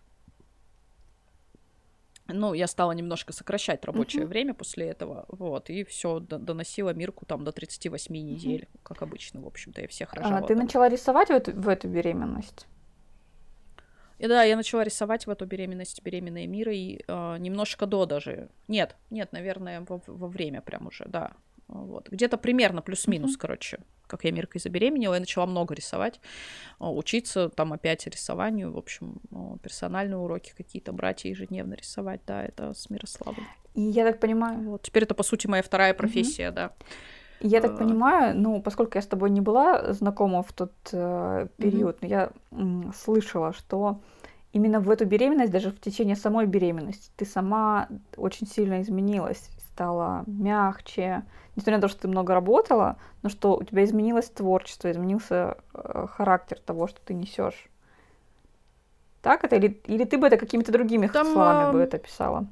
ну, я стала немножко сокращать рабочее Мгм. время после этого, вот, и все, доносила Мирку там до тридцати восьми Мгм. недель, как обычно, в общем-то, я всех А, рожала ты там. начала рисовать в эту, в эту беременность? И да, я начала рисовать в эту беременность беременной Мирой э, немножко до даже. Нет, нет, наверное, во, во время прям уже, да. Вот. Где-то примерно плюс-минус, Мгм. короче, как я Миркой забеременела, я начала много рисовать, э, учиться там опять рисованию, в общем, э, персональные уроки какие-то брать и ежедневно рисовать, да, это с Мирославой. И я так понимаю, Вот. Теперь это, по сути, моя вторая Мгм. профессия, да. И я так Э, понимаю, ну, поскольку я с тобой не была знакома в тот э, мгм. период, но я м, слышала, что именно в эту беременность, даже в течение самой беременности, ты сама очень сильно изменилась, стала мягче, несмотря на то, что ты много работала, но что у тебя изменилось творчество, изменился э, характер того, что ты несешь. Так это? Или, или ты бы это какими-то другими Там... словами бы э, это писала?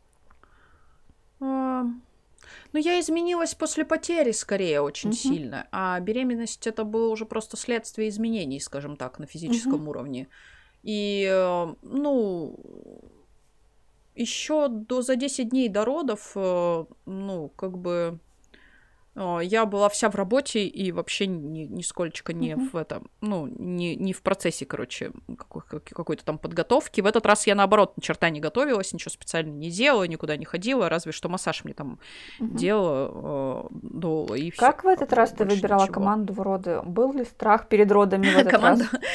э, Ну, я изменилась после потери скорее очень Мгм. сильно, а беременность это было уже просто следствие изменений, скажем так, на Мгм. физическом уровне. И, э, ну, еще до за десять дней до родов, э, ну, как бы э, я была вся в работе и вообще ни, нисколько не Мгм. в этом, ну, не, не в процессе, короче, какой- как- какой-то там подготовки. В этот раз я, наоборот, ни черта не готовилась, ничего специально не делала, никуда не ходила, разве что массаж мне там Мгм. делала, э, до, и все. Как в этот раз ты Больше выбирала ничего. команду в роды? Был ли страх перед родами в этот Команду. раз?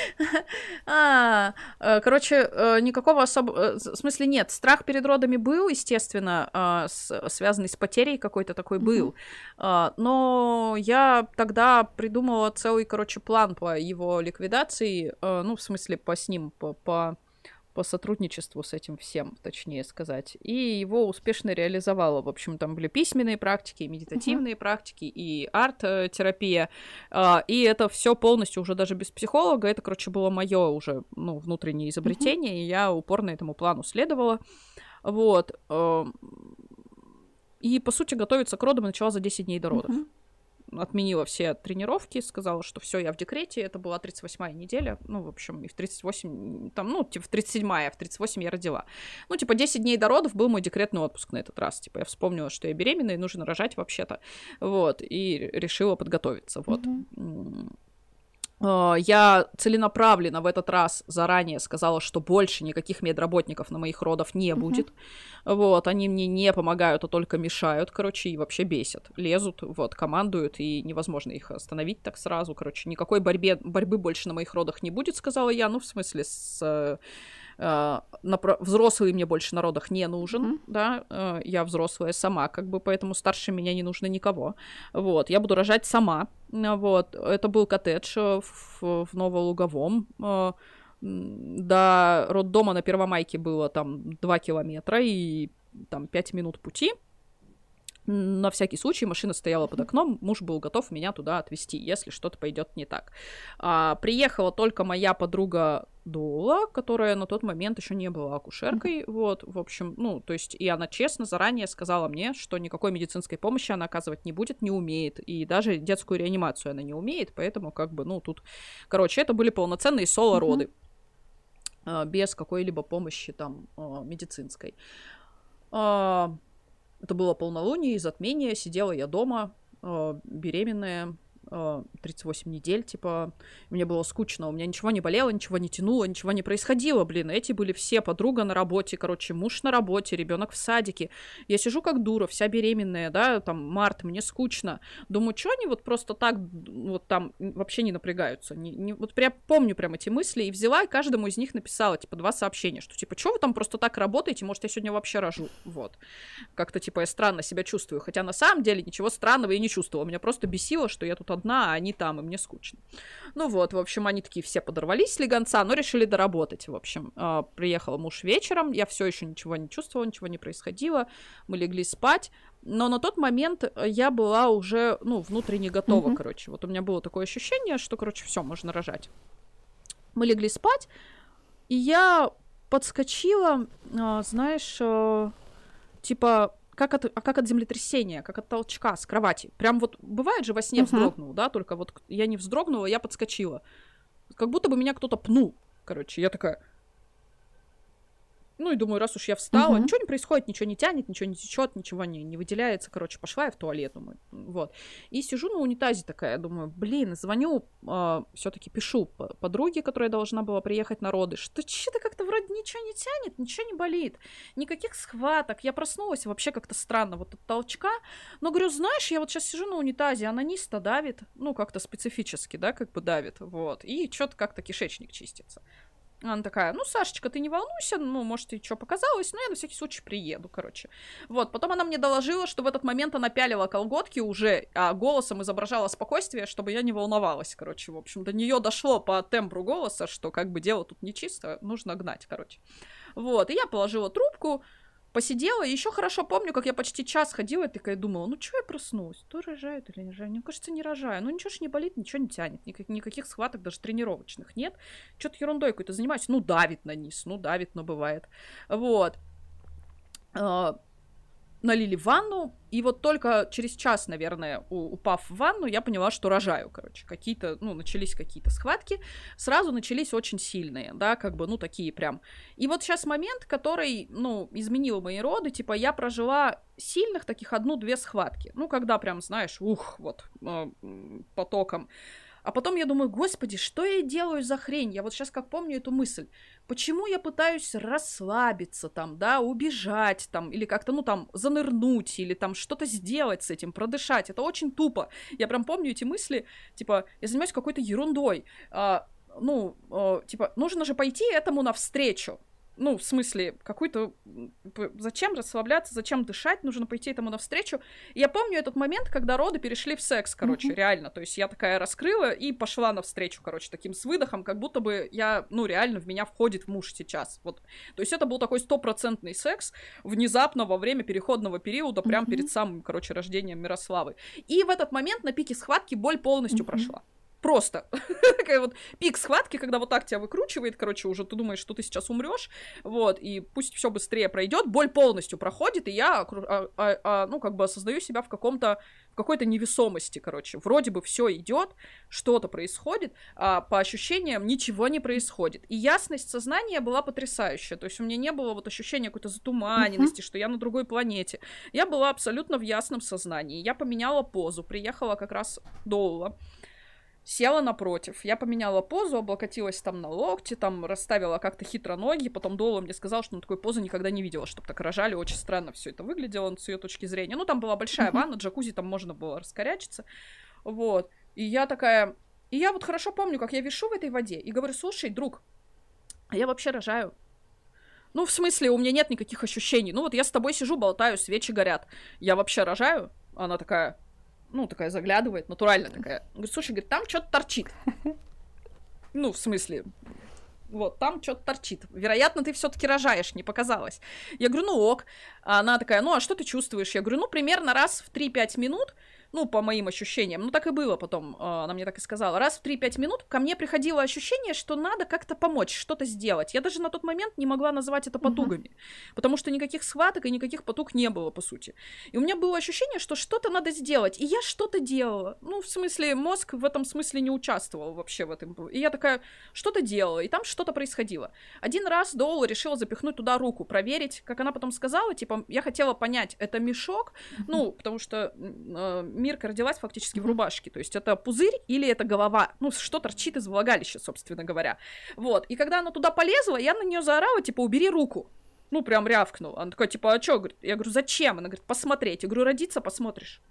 А, э, короче, э, никакого особого... В смысле, нет, страх перед родами был, естественно, э, с- связанный с потерей какой-то такой Мгм. был. А, Но я тогда придумала целый, короче, план по его ликвидации, э, ну, в смысле, по с ним, по, по, по сотрудничеству с этим всем, точнее сказать. И его успешно реализовала. В общем, там были письменные практики, и Мгм. медитативные практики, и арт-терапия. А, И это все полностью уже даже без психолога. Это, короче, было мое уже, ну, внутреннее Мгм. изобретение, и я упорно этому плану следовала. Вот. эм, И, по сути, готовиться к родам начала за десять дней до родов. Мгм. Отменила все тренировки, сказала, что все, я в декрете. Это была тридцать восьмая неделя. Ну, в общем, и в тридцать восемь, там, ну, типа, в тридцать седьмая, а в тридцать восемь я родила. Ну, типа, десять дней до родов был мой декретный отпуск на этот раз. Типа, я вспомнила, что я беременна и нужно рожать вообще-то. Вот, и решила подготовиться, вот. Мгм. М, э, Я целенаправленно в этот раз заранее сказала, что больше никаких медработников на моих родах не Мгм. будет. Вот, они мне не помогают, а только мешают, короче, и вообще бесят. Лезут, вот, командуют, и невозможно их остановить так сразу, короче. Никакой борьбе, борьбы больше на моих родах не будет, сказала я. Ну, в смысле, с... э, э, напро- взрослый мне больше на родах не нужен, Мгм. да, э, я взрослая сама, как бы, поэтому старше меня не нужно никого. Вот, я буду рожать сама. Э, Вот, это был коттедж э, в, в Новолуговом. Э, м, До роддома на Первомайке было там два километра и там пять минут пути. На всякий случай машина стояла под окном, муж был готов меня туда отвезти, если что-то пойдет не так. А, приехала только моя подруга Дула, которая на тот момент еще не была акушеркой, вот, в общем, ну, то есть, и она честно заранее сказала мне, что никакой медицинской помощи она оказывать не будет, не умеет, и даже детскую реанимацию она не умеет, поэтому, как бы, ну, тут, короче, это были полноценные соло-роды, а, без какой-либо помощи, там, а, медицинской. А, Это было полнолуние, затмение, сидела я дома, э, беременная, тридцать восемь недель, типа, мне было скучно, у меня ничего не болело, ничего не тянуло, ничего не происходило, блин, эти были все, подруга на работе, короче, муж на работе, ребенок в садике, я сижу как дура, вся беременная, да, там, март, мне скучно, думаю, что они вот просто так, вот там, вообще не напрягаются, не, не, вот прям помню прям эти мысли, и взяла, и каждому из них написала, типа, два сообщения, что, типа, что вы там просто так работаете, может, я сегодня вообще рожу, вот, как-то, типа, я странно себя чувствую, хотя на самом деле ничего странного я не чувствовала, меня просто бесило, что я тут одна, а они там, и мне скучно. Ну вот, в общем, они такие все подорвались с легонца, но решили доработать, в общем. Э, приехал муж вечером, я все еще ничего не чувствовала, ничего не происходило, мы легли спать, но на тот момент я была уже, ну, внутренне готова, mm-hmm. короче. Вот у меня было такое ощущение, что, короче, все, можно рожать. Мы легли спать, и я подскочила, э, знаешь, э, типа... Как от, а как от землетрясения, как от толчка с кровати. Прям вот бывает же во сне uh-huh. вздрогнул, да, только вот я не вздрогнула, я подскочила. Как будто бы меня кто-то пнул, короче. Я такая... Ну и думаю, раз уж я встала, uh-huh. ничего не происходит, ничего не тянет, ничего не течет, ничего не, не выделяется. Короче, пошла я в туалет, думаю, вот. И сижу на унитазе такая, думаю, блин, звоню, э, все-таки пишу подруге, которая должна была приехать на роды, что что-то как-то вроде ничего не тянет, ничего не болит, никаких схваток. Я проснулась вообще как-то странно вот от толчка, но говорю, знаешь, я вот сейчас сижу на унитазе, анонисто давит, ну как-то специфически, да, как бы давит, вот, и что-то как-то кишечник чистится. Она такая, ну, Сашечка, ты не волнуйся, ну, может, и что показалось, но я на всякий случай приеду, короче. Вот, потом она мне доложила, что в этот момент она пялила колготки уже, а голосом изображала спокойствие, чтобы я не волновалась, короче. В общем, до нее дошло по тембру голоса, что как бы дело тут нечисто, нужно гнать, короче. Вот, и я положила трубку, посидела, и еще хорошо помню, как я почти час ходила и такая думала, ну, что я проснулась, то рожает или не рожаю? Мне кажется, не рожаю. Ну, ничего ж не болит, ничего не тянет, никак, никаких схваток, даже тренировочных нет. Что-то ерундой какой-то занимаюсь, ну, давит на низ, ну, давит, но бывает. Вот. Налили в ванну, и вот только через час, наверное, упав в ванну, я поняла, что рожаю, короче, какие-то, ну, начались какие-то схватки, сразу начались очень сильные, да, как бы, ну, такие прям. И вот сейчас момент, который, ну, изменил мои роды, типа, я прожила сильных таких одну-две схватки, ну, когда прям, знаешь, ух, вот, э, потоком. А потом я думаю, господи, что я делаю за хрень? Я вот сейчас как помню эту мысль. Почему я пытаюсь расслабиться там, да, убежать там, или как-то, ну, там, занырнуть, или там что-то сделать с этим, продышать. Это очень тупо. Я прям помню эти мысли, типа, я занимаюсь какой-то ерундой. А, ну, а, типа, нужно же пойти этому навстречу. Ну, в смысле, какой-то... Зачем расслабляться, зачем дышать, нужно пойти этому навстречу. И я помню этот момент, когда роды перешли в секс, короче, mm-hmm. реально. То есть я такая раскрыла и пошла навстречу, короче, таким с выдохом, как будто бы я, ну, реально в меня входит муж сейчас. Вот. То есть это был такой стопроцентный секс внезапно во время переходного периода, прямо mm-hmm. перед самым, короче, рождением Мирославы. И в этот момент на пике схватки боль полностью mm-hmm. прошла. Просто. Такая вот пик схватки, когда вот так тебя выкручивает, короче, уже ты думаешь, что ты сейчас умрешь, вот, и пусть все быстрее пройдет, боль полностью проходит, и я, а, а, а, ну, как бы осознаю себя в каком-то, в какой-то невесомости, короче. Вроде бы все идет, что-то происходит, а по ощущениям ничего не происходит. И ясность сознания была потрясающая, то есть у меня не было вот ощущения какой-то затуманенности, uh-huh. что я на другой планете. Я была абсолютно в ясном сознании. Я поменяла позу, приехала как раз Доула. Села напротив, я поменяла позу, облокотилась там на локти, там расставила как-то хитро ноги, потом Доула мне сказал, что он такой позы никогда не видела, чтобы так рожали, очень странно все это выглядело с ее точки зрения. Ну, там была большая ванна, джакузи, там можно было раскорячиться, вот. И я такая... И я вот хорошо помню, как я вишу в этой воде и говорю, слушай, друг, а я вообще рожаю. Ну, в смысле, у меня нет никаких ощущений. Ну, вот я с тобой сижу, болтаю, свечи горят. Я вообще рожаю? Она такая... Ну, такая заглядывает, натурально такая. Говорит, слушай, говорит, там что-то торчит. Ну, в смысле, вот, там что-то торчит. Вероятно, ты все-таки рожаешь, не показалось. Я говорю, ну ок. А она такая, ну, а что ты чувствуешь? Я говорю, ну, примерно раз в три-пять минут, ну, по моим ощущениям, ну, так и было потом, она мне так и сказала, раз в три-пять минут ко мне приходило ощущение, что надо как-то помочь, что-то сделать. Я даже на тот момент не могла назвать это потугами, uh-huh. потому что никаких схваток и никаких потуг не было, по сути. И у меня было ощущение, что что-то надо сделать, и я что-то делала. Ну, в смысле, мозг в этом смысле не участвовал вообще в этом. И я такая, что-то делала, и там что-то происходило. Один раз Доула решила запихнуть туда руку, проверить, как она потом сказала, типа, я хотела понять, это мешок, uh-huh. ну, потому что... Э, Мирка родилась фактически в рубашке, то есть это пузырь или это голова, ну, что торчит из влагалища, собственно говоря. Вот, и когда она туда полезла, я на нее заорала, типа, убери руку. Ну, прям рявкнула. Она такая, типа, а чё? Я говорю, зачем? Она говорит, посмотреть. Я говорю, родиться посмотришь.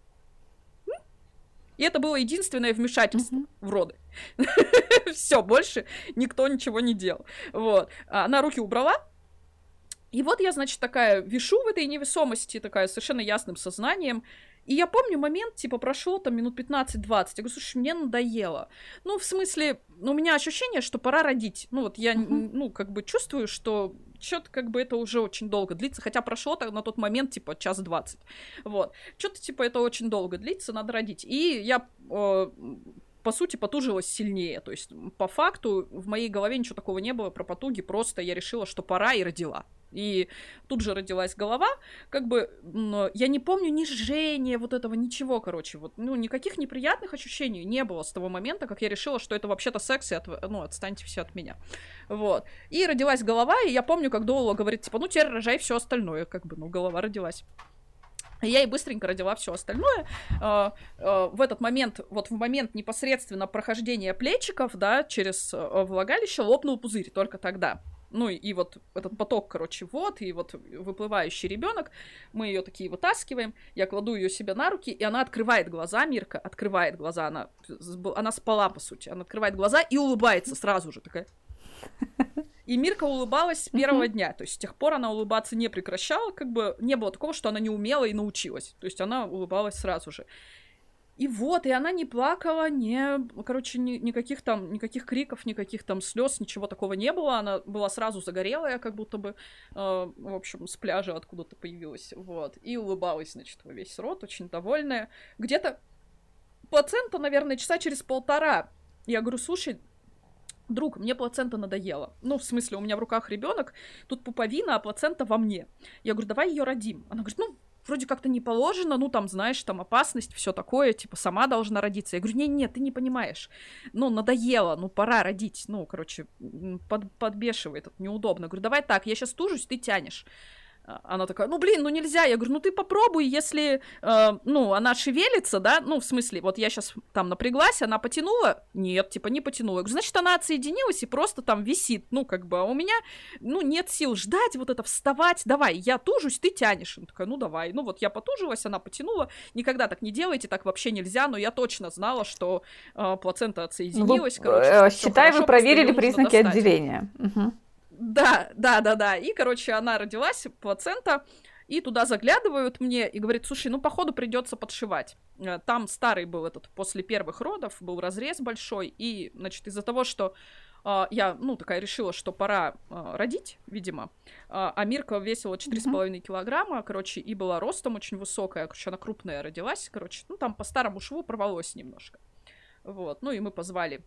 И это было единственное вмешательство mm-hmm. в роды. Все, больше никто ничего не делал. Вот. Она руки убрала. И вот я, значит, такая вишу в этой невесомости, такая совершенно ясным сознанием. И я помню момент, типа, прошло там минут пятнадцать-двадцать. Я говорю, слушай, мне надоело. Ну, в смысле, у меня ощущение, что пора родить. Ну, вот я, mm-hmm. ну, как бы чувствую, что что-то как бы это уже очень долго длится, хотя прошло так на тот момент, типа, час двадцать. Вот. Что-то, типа, это очень долго длится, надо родить. И я... Э, по сути, потужилась сильнее. То есть, по факту, в моей голове ничего такого не было про потуги, просто я решила, что пора, и родила. И тут же родилась голова, как бы, я не помню ни жжения, вот этого, ничего, короче, вот, ну, никаких неприятных ощущений не было с того момента, как я решила, что это вообще-то секс, и, от, ну, отстаньте все от меня, вот. И родилась голова, и я помню, как Доула говорит, типа, ну, теперь рожай все остальное, как бы, ну, голова родилась. Я и быстренько родила все остальное. Uh, uh, в этот момент, вот в момент непосредственно прохождения плечиков, да, через uh, влагалище лопнул пузырь, только тогда. Ну и, и вот этот поток, короче, вот, и вот выплывающий ребенок, мы ее такие вытаскиваем, я кладу ее себе на руки, и она открывает глаза, Мирка открывает глаза, она, она спала, по сути, она открывает глаза и улыбается сразу же, такая... И Мирка улыбалась с первого uh-huh. дня, то есть с тех пор она улыбаться не прекращала, как бы не было такого, что она не умела и научилась, то есть она улыбалась сразу же. И вот, и она не плакала, не, короче, ни, никаких там, никаких криков, никаких там слез, ничего такого не было, она была сразу загорелая, как будто бы, э, в общем, с пляжа откуда-то появилась, вот, и улыбалась, значит, во весь рот, очень довольная. Где-то плацента, наверное, часа через полтора, я говорю, слушай, друг, мне плацента надоела. Ну, в смысле, у меня в руках ребенок, тут пуповина, а плацента во мне. Я говорю, давай ее родим. Она говорит, ну, вроде как-то не положено, ну, там, знаешь, там опасность, все такое, типа, сама должна родиться. Я говорю, не-не, ты не понимаешь. Ну, надоело, ну, пора родить. Ну, короче, под, подбешивает, это неудобно. Я говорю, давай так, я сейчас тужусь, ты тянешь. Она такая, ну, блин, ну нельзя. Я говорю, ну ты попробуй, если, э, ну, она шевелится, да, ну, в смысле, вот я сейчас там напряглась, она потянула? Нет, типа, не потянула. Я говорю, значит, она отсоединилась и просто там висит, ну, как бы, а у меня, ну, нет сил ждать, вот это, вставать, давай, я тужусь, ты тянешь. Она такая, ну, давай. Ну, вот я потужилась, она потянула, никогда так не делайте, так вообще нельзя, но я точно знала, что э, плацента отсоединилась, вы, короче. Э, считай, хорошо, вы проверили признаки достать. отделения. Угу. Да, да, да, да. И, короче, она родилась, плацента, и туда заглядывают мне и говорит, слушай, ну, походу, придется подшивать. Там старый был этот, после первых родов, был разрез большой, и, значит, из-за того, что э, я, ну, такая решила, что пора э, родить, видимо, э, а Мирка весила четыре с половиной килограмма, короче, и была ростом очень высокая, короче, она крупная родилась, короче, ну, там по старому шву порвалось немножко. Вот, ну, и мы позвали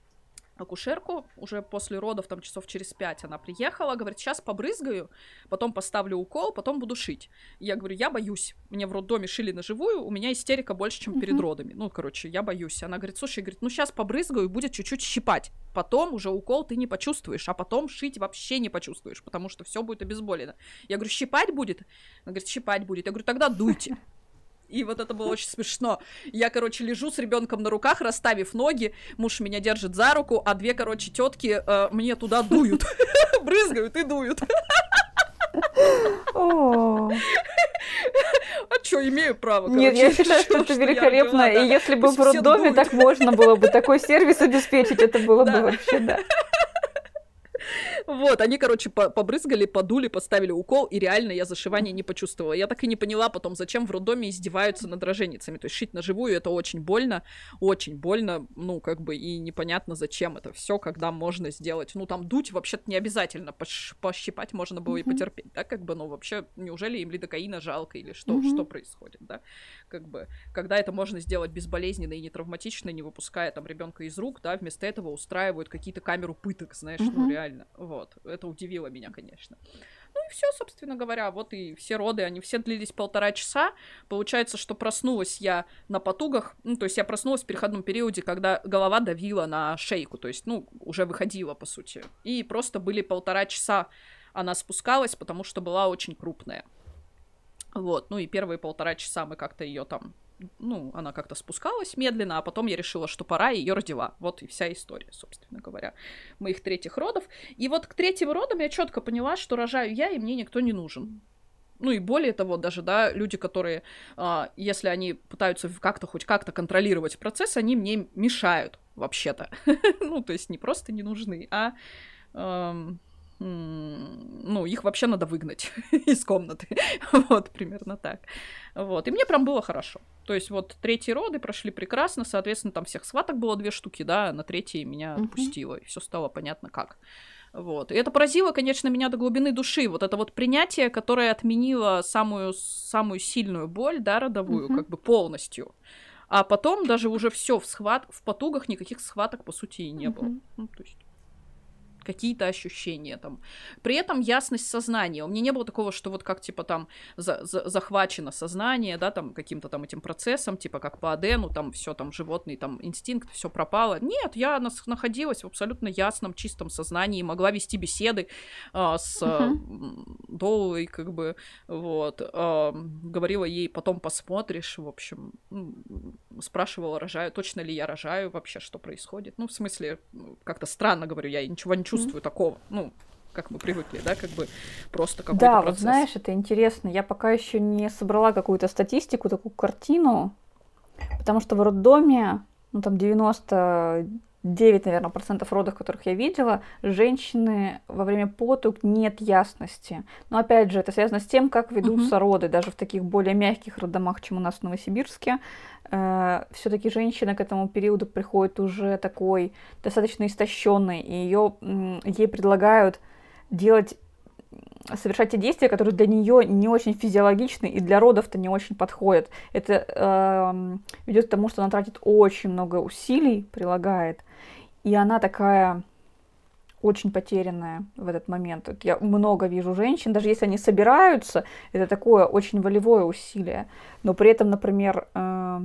акушерку, уже после родов, там, часов через пять она приехала, говорит, сейчас побрызгаю, потом поставлю укол, потом буду шить. Я говорю, я боюсь, мне в роддоме шили на живую, у меня истерика больше, чем uh-huh. перед родами, ну, короче, я боюсь. Она говорит, слушай, говорит, ну, сейчас побрызгаю, будет чуть-чуть щипать, потом уже укол ты не почувствуешь, а потом шить вообще не почувствуешь, потому что все будет обезболено. Я говорю, щипать будет? Она говорит, щипать будет. Я говорю, тогда дуйте. И вот это было очень смешно. Я, короче, лежу с ребенком на руках, расставив ноги, муж меня держит за руку, а две, короче, тетки э, мне туда дуют. Брызгают и дуют. А что, имею право? Нет, я считаю, что это великолепно. И если бы в роддоме так можно было бы такой сервис обеспечить, это было бы вообще, да. Вот, они, короче, побрызгали, подули, поставили укол, и реально я зашивание не почувствовала. Я так и не поняла потом, зачем в роддоме издеваются над роженицами. То есть шить на живую — это очень больно, очень больно, ну, как бы, и непонятно, зачем это все, когда можно сделать. Ну, там дуть вообще-то не обязательно, Пош- пощипать можно было mm-hmm. и потерпеть, да, как бы, ну, вообще, неужели им лидокаина жалко или что, mm-hmm. что происходит, да, как бы, когда это можно сделать безболезненно и не травматично, не выпуская там ребенка из рук, да, вместо этого устраивают какие-то камеру пыток, знаешь, mm-hmm. ну, реально. Вот, это удивило меня, конечно. Ну и все, собственно говоря, вот и все роды, они все длились полтора часа. Получается, что проснулась я на потугах, ну, то есть я проснулась в переходном периоде, когда голова давила на шейку, то есть, ну, уже выходила, по сути. И просто были полтора часа она спускалась, потому что была очень крупная. Вот, ну и первые полтора часа мы как-то ее там ну, она как-то спускалась медленно, а потом я решила, что пора, и ее родила. Вот и вся история, собственно говоря, моих третьих родов. И вот к третьим родам я четко поняла, что рожаю я, и мне никто не нужен. Ну и более того, даже, да, люди, которые, а, если они пытаются как-то, хоть как-то контролировать процесс, они мне мешают, вообще-то. Ну, то есть не просто не нужны, а... эм, м, ну, их вообще надо выгнать из комнаты. Вот, примерно так. Вот, и мне прям было хорошо. То есть вот третьи роды прошли прекрасно, соответственно, там всех схваток было две штуки, да, на третьей меня отпустило, и все стало понятно как. Вот. И это поразило, конечно, меня до глубины души. Вот это вот принятие, которое отменило самую, самую сильную боль, да, родовую, Мгм. как бы полностью. А потом даже уже все в схват, в потугах никаких схваток, по сути, и не было. Мгм. Ну, то есть какие-то ощущения там. При этом ясность сознания. У меня не было такого, что вот как, типа, там за- за- захвачено сознание, да, там, каким-то там этим процессом, типа, как по Адену, там, все там, животный, там, инстинкт, все пропало. Нет, я нас- находилась в абсолютно ясном, чистом сознании, могла вести беседы а, с а, Мгм. м, Доулой, как бы, вот. а, говорила ей, потом посмотришь, в общем, м, спрашивала, рожаю, точно ли я рожаю, вообще, что происходит. Ну, в смысле, ну, как-то странно говорю, я ничего не чувствую такого, ну, как мы привыкли, да, как бы просто какой-то Да, вот процесс. знаешь, это интересно. Я пока еще не собрала какую-то статистику, такую картину, потому что в роддоме, ну там девяносто девять, наверное, процентов родов, которых я видела, женщины во время потуг нет ясности. Но опять же, это связано с тем, как ведутся роды, даже в таких более мягких роддомах, чем у нас в Новосибирске. Э, все-таки женщина к этому периоду приходит уже такой достаточно истощенной, и ее, ей предлагают делать, совершать те действия, которые для нее не очень физиологичны и для родов-то не очень подходят. Это э, ведет к тому, что она тратит очень много усилий, прилагает, и она такая очень потерянная в этот момент. Вот я много вижу женщин, даже если они собираются, это такое очень волевое усилие, но при этом, например, э,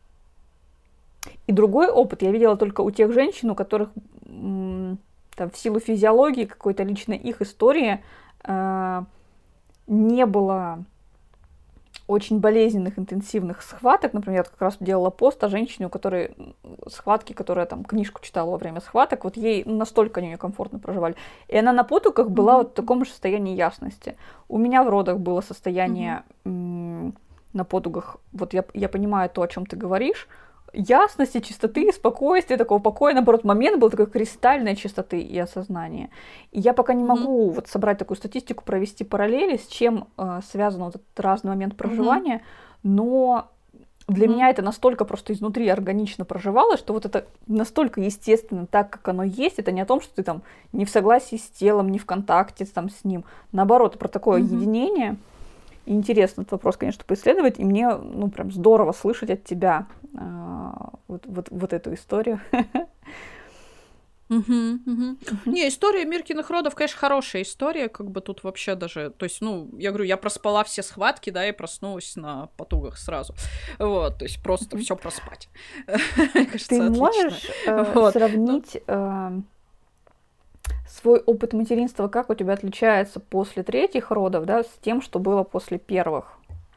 и другой опыт я видела только у тех женщин, у которых м, там, в силу физиологии, какой-то личной их истории, э, не было очень болезненных, интенсивных схваток. Например, я как раз делала пост о женщине, у которой схватки, которая там книжку читала во время схваток, вот ей настолько они некомфортно проживали. И она на потуках была mm-hmm. вот в таком же состоянии ясности. У меня в родах было состояние mm-hmm. м- на потугах, вот я, я понимаю то, о чем ты говоришь, ясности, чистоты, спокойствия, такого покоя, наоборот, момент был такой кристальной чистоты и осознания. И я пока не могу mm-hmm. вот собрать такую статистику, провести параллели, с чем э, связан вот этот разный момент проживания, mm-hmm. но для mm-hmm. меня это настолько просто изнутри органично проживалось, что вот это настолько естественно, так, как оно есть, это не о том, что ты там не в согласии с телом, не в контакте там, с ним, наоборот, про такое mm-hmm. единение. И интересно этот вопрос, конечно, поисследовать, и мне, ну, прям здорово слышать от тебя э, вот, вот, вот эту историю. Угу, угу. Не, история Миркиных родов, конечно, хорошая история, как бы тут вообще даже, то есть, ну, я говорю, я проспала все схватки, да, и проснулась на потугах сразу, вот, то есть просто все проспать. Ты можешь сравнить свой опыт материнства, как у тебя отличается после третьих родов, да, с тем, что было после первых?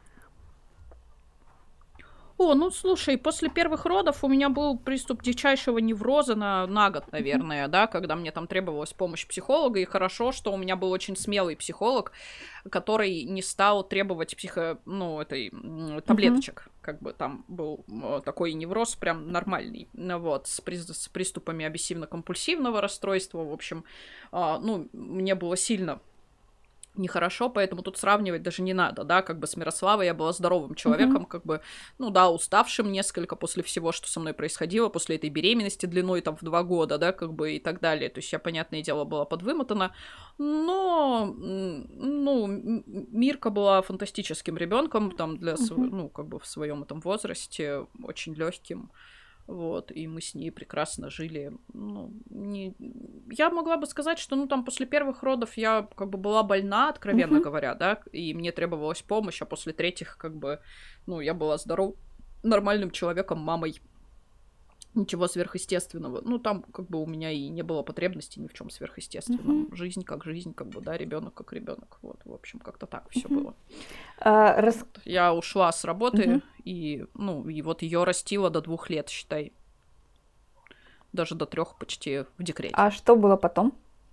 О, ну слушай, после первых родов у меня был приступ дичайшего невроза на, на год, наверное, mm-hmm. да, когда мне там требовалась помощь психолога, и хорошо, что у меня был очень смелый психолог, который не стал требовать психо, ну, этой, таблеточек, mm-hmm. как бы там был такой невроз прям нормальный, вот, с, при, с приступами обессивно-компульсивного расстройства, в общем, а, ну, мне было сильно нехорошо, поэтому тут сравнивать даже не надо, да, как бы с Мирославой я была здоровым человеком, mm-hmm. как бы, ну да, уставшим несколько после всего, что со мной происходило, после этой беременности длиной там в два года, да, как бы и так далее, то есть я, понятное дело, была подвымотана, но, ну, Мирка была фантастическим ребенком, там, для, mm-hmm. ну, как бы в своем этом возрасте, очень легким. Вот, и мы с ней прекрасно жили. Ну, не... Я могла бы сказать, что, ну, там, после первых родов я, как бы, была больна, откровенно uh-huh. говоря, да, и мне требовалась помощь, а после третьих, как бы, ну, я была здоров... нормальным человеком, мамой. Ничего сверхъестественного. Ну, там, как бы, у меня и не было потребности ни в чем сверхъестественном. Uh-huh. Жизнь как жизнь, как бы, да, ребенок как ребенок. Вот, в общем, как-то так все uh-huh. было. Uh, рас... вот. Я ушла с работы, uh-huh. и, ну, и вот ее растила до двух лет, считай. Даже до трех почти в декрете. А что было потом?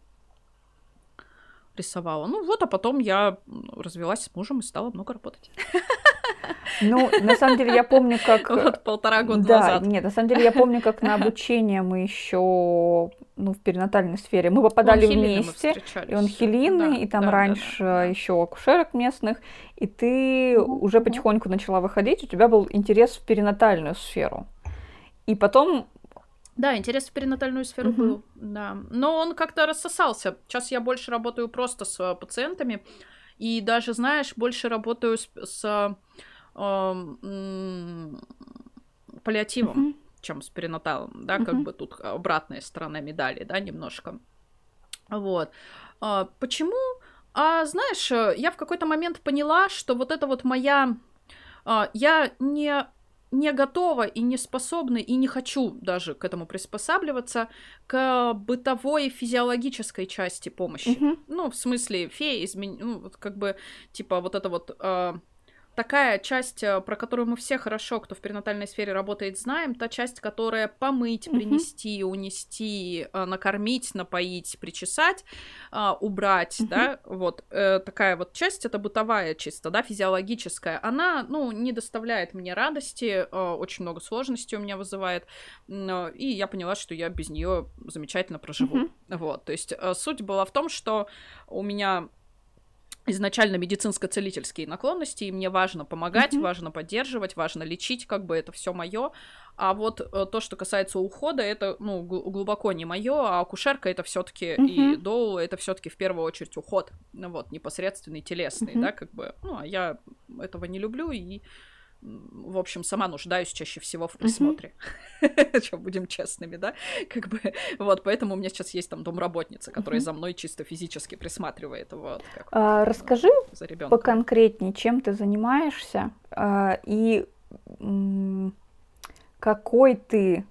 Рисовала. Ну вот, а потом я развелась с мужем и стала много работать. Ну, на самом деле, я помню, как... Вот полтора года да, назад. Нет, на самом деле, я помню, как на обучение мы еще, ну, в перинатальной сфере, мы попадали вместе, и он хилинный, да, и там да, раньше да, да, еще акушерок местных, и ты Угу, уже угу. потихоньку начала выходить, у тебя был интерес в перинатальную сферу. И потом... Да, интерес в перинатальную сферу Мгм. был, да. Но он как-то рассосался. Сейчас я больше работаю просто с пациентами, и даже, знаешь, больше работаю с, с эм, м, паллиативом, Мгм. чем с перинаталом, да, как Мгм. бы тут обратная сторона медали, да, немножко. Вот. А, почему? А, знаешь, э, я в какой-то момент поняла, что вот это вот моя... а, я не... не готова и не способна, и не хочу даже к этому приспосабливаться, к бытовой физиологической части помощи. Мгм. Ну, в смысле, феи, измен... ну, вот как бы, типа, вот это вот... э, такая часть, э, про которую мы все хорошо, кто в перинатальной сфере работает, знаем, та часть, которая помыть, Мгм. принести, унести, э, накормить, напоить, причесать, э, убрать, Мгм. да, вот э, такая вот часть, это бытовая чисто, да, физиологическая, она, ну, не доставляет мне радости, э, очень много сложностей у меня вызывает, м, э, и я поняла, что я без нее замечательно проживу, Мгм. вот, то есть э, суть была в том, что у меня изначально медицинско-целительские наклонности, и мне важно помогать, Мгм. важно поддерживать, важно лечить, как бы это все мое. А вот э, то, что касается ухода, это, ну, гл- глубоко не мое, а акушерка это все-таки и Мгм. доула это все-таки в первую очередь уход, ну вот, непосредственный, телесный, Мгм. да, как бы, ну, а я этого не люблю и, м, в общем, сама нуждаюсь чаще всего в Мгм. присмотре. Что, будем честными, да? Как бы, вот, поэтому у меня сейчас есть там домработница, которая Мгм. за мной чисто физически присматривает, вот, как А, э, расскажи за ребенком. поконкретнее, чем ты занимаешься, а, и м, какой ты,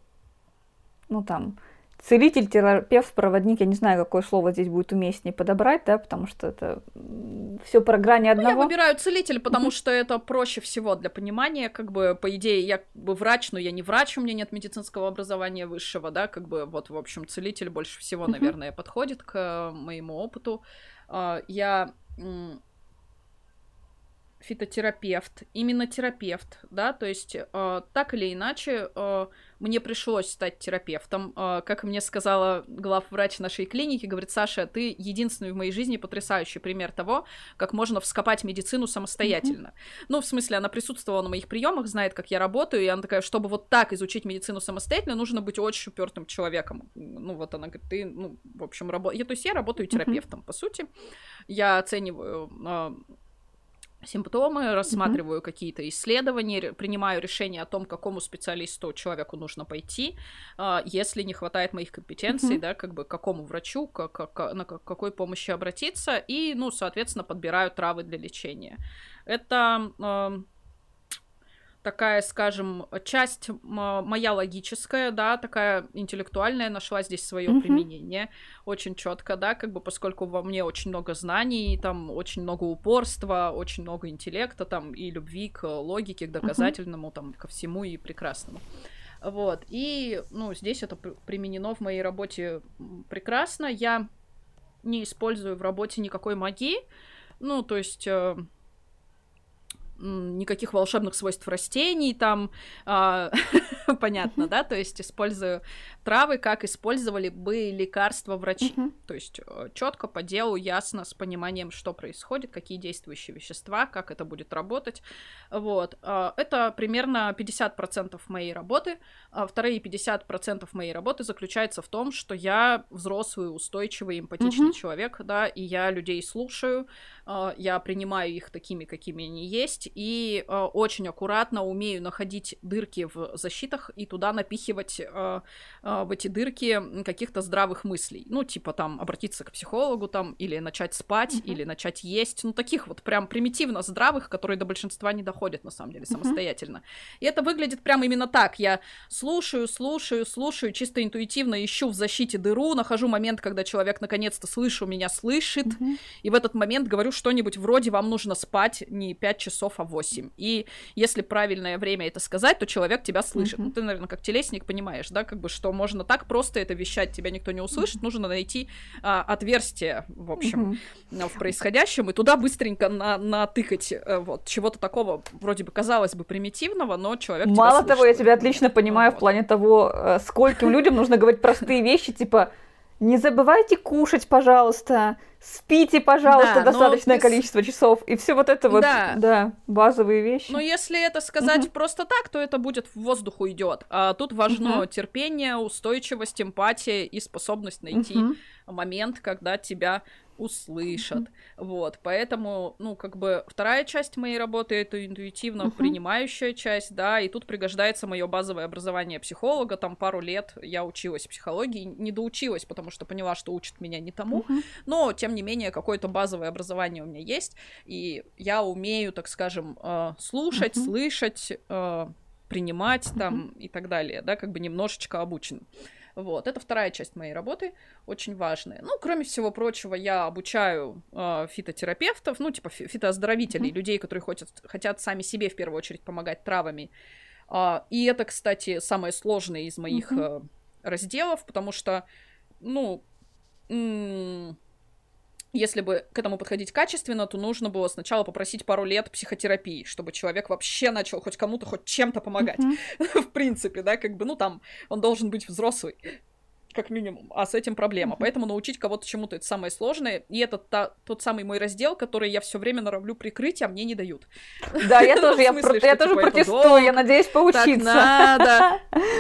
ну там, целитель, терапевт, проводник, я не знаю, какое слово здесь будет уместнее подобрать, да, потому что это все про грани Ну, я одного. выбираю целитель, потому Мгм. что это проще всего для понимания, как бы, по идее, я как бы врач, но я не врач, у меня нет медицинского образования высшего, да, как бы, вот, в общем, целитель больше всего, Мгм. наверное, подходит к э, моему опыту. А, Я м, фитотерапевт, именно терапевт, да, то есть э, так или иначе э, мне пришлось стать терапевтом. Э, как мне сказала главврач нашей клиники, говорит: Саша, ты единственный в моей жизни потрясающий пример того, как можно вскопать медицину самостоятельно. Ну, в смысле, она присутствовала на моих приемах, знает, как я работаю, и она такая: чтобы вот так изучить медицину самостоятельно, нужно быть очень упертым человеком. Ну, вот она говорит: ты, ну, в общем, работаешь. То есть я работаю терапевтом, по сути. Я оцениваю э, симптомы, рассматриваю mm-hmm. какие-то исследования, принимаю решение о том, к какому специалисту человеку нужно пойти, если не хватает моих компетенций, mm-hmm. да, как бы к какому врачу, к, к, на какой помощи обратиться, и, ну, соответственно, подбираю травы для лечения. Это э, такая, скажем, часть моя логическая, да, такая интеллектуальная, нашла здесь свое mm-hmm. применение очень четко, да, как бы, поскольку во мне очень много знаний, там очень много упорства, очень много интеллекта, там, и любви к логике, к доказательному, mm-hmm. там, ко всему и прекрасному. Вот, и, ну, здесь это применено в моей работе прекрасно. Я не использую в работе никакой магии, ну, то есть... никаких волшебных свойств растений, там, э, понятно, mm-hmm. да, то есть использую травы, как использовали бы лекарства врачи, mm-hmm. то есть э, четко по делу, ясно, с пониманием, что происходит, какие действующие вещества, как это будет работать, вот, э, это примерно пятьдесят процентов моей работы, а вторые пятьдесят процентов моей работы заключается в том, что я взрослый, устойчивый, эмпатичный mm-hmm. человек, да, и я людей слушаю, э, я принимаю их такими, какими они есть, и э, очень аккуратно умею находить дырки в защитах и туда напихивать э, э, в эти дырки каких-то здравых мыслей. Ну, типа там обратиться к психологу там, или начать спать, uh-huh. или начать есть. Ну, таких вот прям примитивно здравых, которые до большинства не доходят, на самом деле, самостоятельно. Uh-huh. И это выглядит прям именно так. Я слушаю, слушаю, слушаю, чисто интуитивно ищу в защите дыру, нахожу момент, когда человек наконец-то слышу, меня слышит, uh-huh. и в этот момент говорю что-нибудь вроде «вам нужно спать не пять часов, а восемь». И если правильное время это сказать, то человек тебя слышит. Uh-huh. Ну, ты, наверное, как телесник понимаешь, да, как бы, что можно так просто это вещать, тебя никто не услышит, uh-huh. нужно найти а, отверстие, в общем, uh-huh. в происходящем, и туда быстренько на- натыкать вот, чего-то такого, вроде бы, казалось бы, примитивного, но человек тебя Мало слышит. того, я тебя отлично понимаю вот. В плане того, скольким людям нужно говорить простые вещи, типа «не забывайте кушать, пожалуйста», «спите, пожалуйста, да, достаточное ты... количество часов», и все вот это вот, да, да базовые вещи. Но если это сказать uh-huh. просто так, то это будет в воздуху идет. А тут важно uh-huh. терпение, устойчивость, эмпатия и способность найти uh-huh. момент, когда тебя услышат. Uh-huh. Вот, поэтому, ну, как бы вторая часть моей работы — это интуитивно uh-huh. принимающая часть, да, и тут пригождается мое базовое образование психолога, там пару лет я училась психологии, не доучилась, потому что поняла, что учат меня не тому, uh-huh. но, тем не менее, какое-то базовое образование у меня есть, и я умею, так скажем, слушать, uh-huh. слышать, принимать там uh-huh. и так далее, да, как бы немножечко обучен. Вот, это вторая часть моей работы, очень важная. Ну, кроме всего прочего, я обучаю э, фитотерапевтов, ну, типа фи- фитооздоровителей, mm-hmm. людей, которые хотят, хотят сами себе в первую очередь помогать травами. А, и это, кстати, самое сложное из моих mm-hmm. э, разделов, потому что, ну, м- если бы к этому подходить качественно, то нужно было сначала попросить пару лет психотерапии, чтобы человек вообще начал хоть кому-то, хоть чем-то помогать. Mm-hmm. В принципе, да, как бы, ну, там, он должен быть взрослый, как минимум, а с этим проблема. Mm-hmm. Поэтому научить кого-то чему-то — это самое сложное, и это та, тот самый мой раздел, который я все время норовлю прикрыть, а мне не дают. Да, я тоже, я тоже протестую, я надеюсь поучиться. Так надо.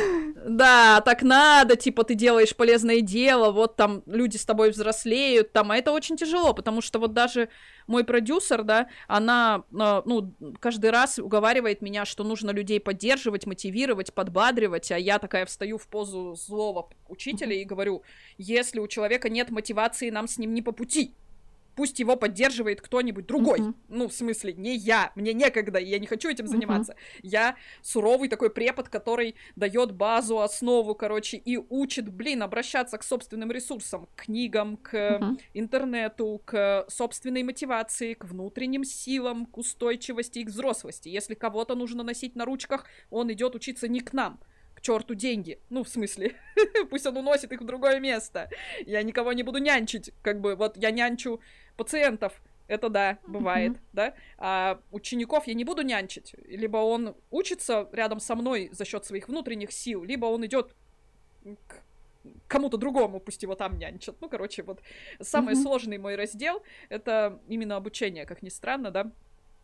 Да, так надо, типа, ты делаешь полезное дело, вот там люди с тобой взрослеют, там, а это очень тяжело, потому что вот даже мой продюсер, да, она, ну, каждый раз уговаривает меня, что нужно людей поддерживать, мотивировать, подбадривать, а я такая встаю в позу злого учителя и говорю, если у человека нет мотивации, нам с ним не по пути. Пусть его поддерживает кто-нибудь другой. Uh-huh. Ну, в смысле, не я. Мне некогда, я не хочу этим заниматься. Uh-huh. Я суровый такой препод, который дает базу, основу, короче, и учит, блин, обращаться к собственным ресурсам, к книгам, к uh-huh. интернету, к собственной мотивации, к внутренним силам, к устойчивости и к взрослости. Если кого-то нужно носить на ручках, он идет учиться не к нам. К черту деньги. Ну, в смысле, пусть он уносит их в другое место. Я никого не буду нянчить. Как бы, вот я нянчу пациентов. Это да, бывает, mm-hmm. да. А учеников я не буду нянчить. Либо он учится рядом со мной за счет своих внутренних сил, либо он идет к кому-то другому, пусть его там нянчат. Ну, короче, вот самый mm-hmm. сложный мой раздел — это именно обучение, как ни странно, да.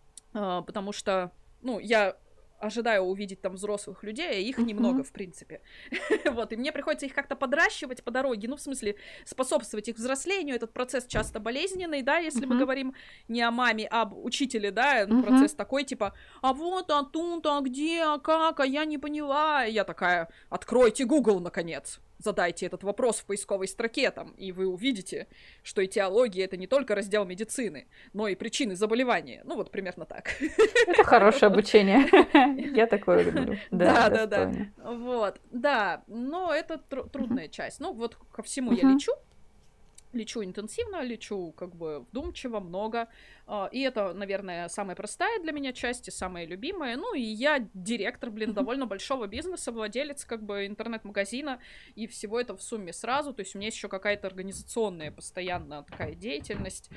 А, потому что, ну, я ожидаю увидеть там взрослых людей, а их uh-huh. немного, в принципе. Вот, и мне приходится их как-то подращивать по дороге, ну, в смысле, способствовать их взрослению. Этот процесс часто болезненный, да, если uh-huh. мы говорим не о маме, а об учителе, да, uh-huh. процесс такой, типа, а вот, а тут, а где, а как, а я не поняла. И я такая, откройте Google, наконец. Задайте этот вопрос в поисковой строке там, и вы увидите, что этиология — это не только раздел медицины, но и причины заболевания. Ну, вот примерно так. Это хорошее обучение. Я такое люблю. Да, да, да. Вот, да, но это трудная часть. Ну, вот ко всему я лечу. Лечу интенсивно, лечу как бы вдумчиво, много. И это, наверное, самая простая для меня часть и самая любимая. Ну, и я директор, блин, довольно большого бизнеса, владелец как бы интернет-магазина, и всего это в сумме сразу. То есть у меня есть еще какая-то организационная постоянно такая деятельность.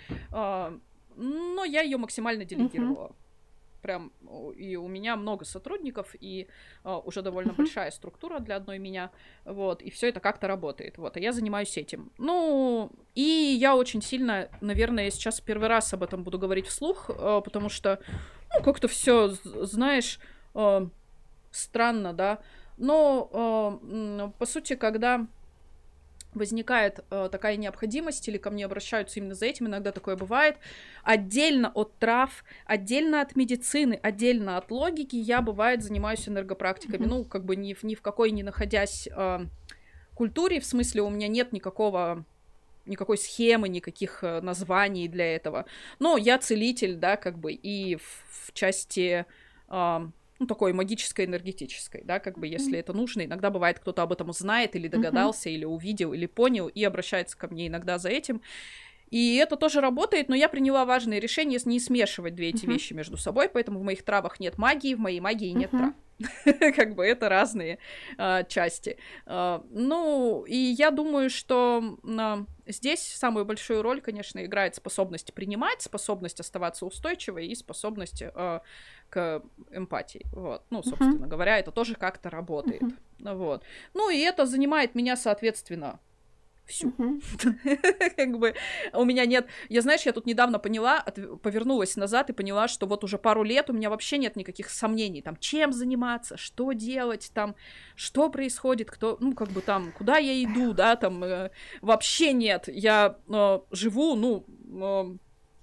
Но я ее максимально делегировала. Прям, и у меня много сотрудников, и uh, уже довольно uh-huh. большая структура для одной меня, вот, и все это как-то работает, вот, а я занимаюсь этим. Ну, и я очень сильно, наверное, я сейчас первый раз об этом буду говорить вслух, uh, потому что, ну, как-то все, знаешь, uh, странно, да, но, uh, по сути, когда возникает э, такая необходимость, или ко мне обращаются именно за этим, иногда такое бывает, отдельно от трав, отдельно от медицины, отдельно от логики, я, бывает, занимаюсь энергопрактиками, mm-hmm. ну, как бы ни в, ни в какой не находясь э, культуре, в смысле у меня нет никакого... никакой схемы, никаких названий для этого. Но я целитель, да, как бы, и в, в части, э, ну, такой магической, энергетической, да, как бы, если mm-hmm. это нужно. Иногда бывает, кто-то об этом узнает, или догадался, mm-hmm. или увидел, или понял, и обращается ко мне иногда за этим. И это тоже работает, но я приняла важное решение не смешивать две эти mm-hmm. вещи между собой, поэтому в моих травах нет магии, в моей магии нет mm-hmm. трав. Как бы это разные uh, части. Uh, ну, и я думаю, что uh, здесь самую большую роль, конечно, играет способность принимать, способность оставаться устойчивой и способность uh, к эмпатии. Вот. Ну, собственно uh-huh. говоря, это тоже как-то работает. Uh-huh. Вот. Ну, и это занимает меня, соответственно, всю. Uh-huh. Как бы у меня нет... Я, знаешь, я тут недавно поняла, от... повернулась назад и поняла, что вот уже пару лет у меня вообще нет никаких сомнений, там, чем заниматься, что делать, там, что происходит, кто, ну, как бы там, куда я иду, да, там, э, вообще нет. Я э, живу, ну, э,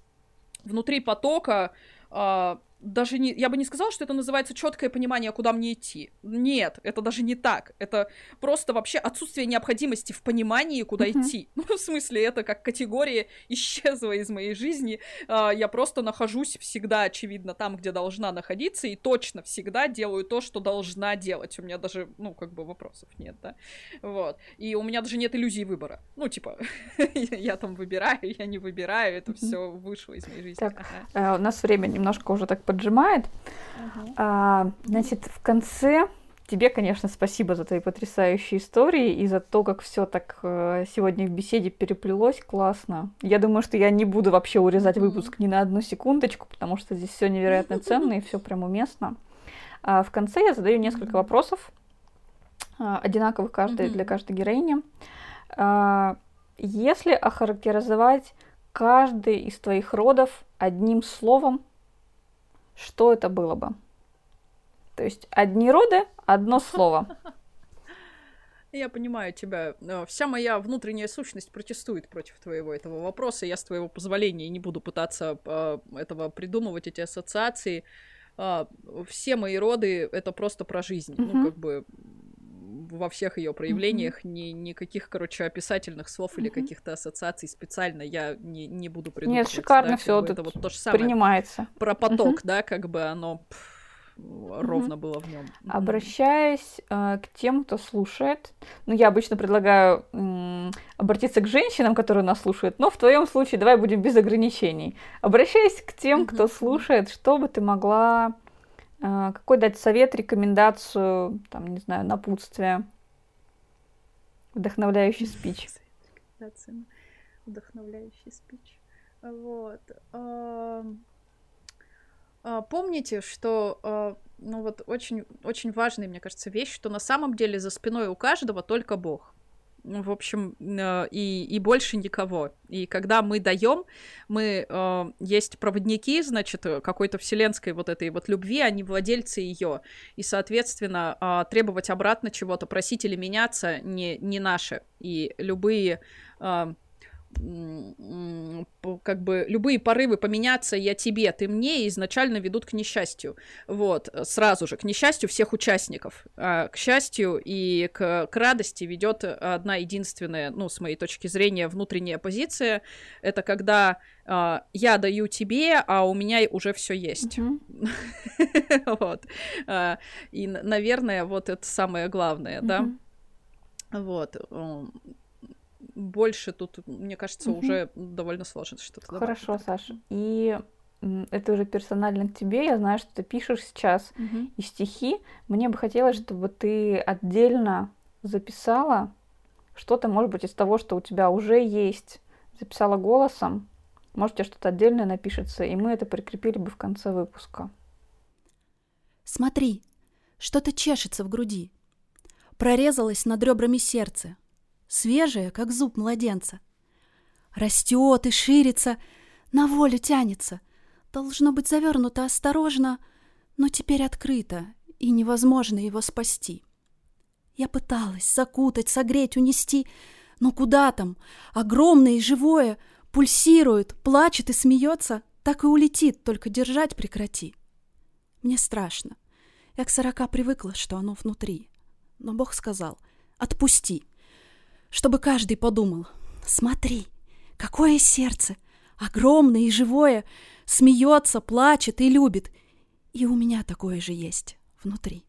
внутри потока, э, даже не, я бы не сказала, что это называется четкое понимание, куда мне идти. Нет, это даже не так. Это просто вообще отсутствие необходимости в понимании, куда uh-huh. идти. Ну, в смысле, это как категория исчезла из моей жизни. Uh, я просто нахожусь всегда, очевидно, там, где должна находиться, и точно всегда делаю то, что должна делать. У меня даже, ну, как бы вопросов нет, да. Вот. И у меня даже нет иллюзии выбора. Ну, типа, я там выбираю, я не выбираю, это все вышло из моей жизни. Так, ага. У нас время немножко уже так поджимает. Uh-huh. А, значит, в конце тебе, конечно, спасибо за твои потрясающие истории и за то, как все так э, сегодня в беседе переплелось классно. Я думаю, что я не буду вообще урезать uh-huh. выпуск ни на одну секундочку, потому что здесь все невероятно ценно и все прям уместно. А в конце я задаю несколько uh-huh. вопросов, а, одинаковых каждый uh-huh. для каждой героини. А, если охарактеризовать каждый из твоих родов одним словом, что это было бы? То есть одни роды, одно слово. Я понимаю тебя. Вся моя внутренняя сущность протестует против твоего этого вопроса. Я с твоего позволения не буду пытаться э, этого придумывать, эти ассоциации. Э, все мои роды — это просто про жизнь. Mm-hmm. Ну, как бы во всех ее проявлениях. Mm-hmm. Ни, никаких, короче, описательных слов mm-hmm. или каких-то ассоциаций специально я не, не буду придумывать. Нет, шикарно, да, все это вот то же самое. Принимается. Про поток, mm-hmm. да, как бы оно пфф, ровно mm-hmm. было в нем. Обращаясь э, к тем, кто слушает, ну, я обычно предлагаю м- обратиться к женщинам, которые нас слушают, но в твоем случае давай будем без ограничений. Обращаясь к тем, mm-hmm. кто слушает, что бы ты могла... Какой дать совет, рекомендацию, там, не знаю, напутствие, вдохновляющий спич? Вдохновляющий спич. Вот. Помните, что, ну вот, очень, очень важная, мне кажется, вещь, что на самом деле за спиной у каждого только Бог. В общем, и, и больше никого. И когда мы даем, мы э, есть проводники, значит, какой-то вселенской вот этой вот любви, они владельцы ее. И, соответственно, э, требовать обратно чего-то, просить или меняться не, не наше. И любые... Э, как бы любые порывы поменяться я тебе, ты мне изначально ведут к несчастью. Вот, сразу же, к несчастью всех участников. А к счастью и к, к радости ведет одна единственная, ну, с моей точки зрения, внутренняя позиция. Это когда а, я даю тебе, а у меня уже все есть. Mm-hmm. Вот. А, и, наверное, вот это самое главное, mm-hmm. да? Вот. Больше тут, мне кажется, угу. уже довольно сложно что-то добавить. Хорошо, Саша. И это уже персонально к тебе. Я знаю, что ты пишешь сейчас угу. и стихи. Мне бы хотелось, чтобы ты отдельно записала что-то, может быть, из того, что у тебя уже есть. Записала голосом. Может, у тебя что-то отдельное напишется, и мы это прикрепили бы в конце выпуска. Смотри, что-то чешется в груди. Прорезалось над ребрами сердце. Свежее, как зуб младенца. Растет и ширится, на волю тянется. Должно быть завернуто осторожно, но теперь открыто, и невозможно его спасти. Я пыталась закутать, согреть, унести, но куда там? Огромное и живое, пульсирует, плачет и смеется, так и улетит, только держать прекрати. Мне страшно. Я к сорока привыкла, что оно внутри. Но Бог сказал: отпусти. чтобы каждый подумал: смотри, какое сердце, огромное и живое, смеется, плачет и любит. И у меня такое же есть внутри.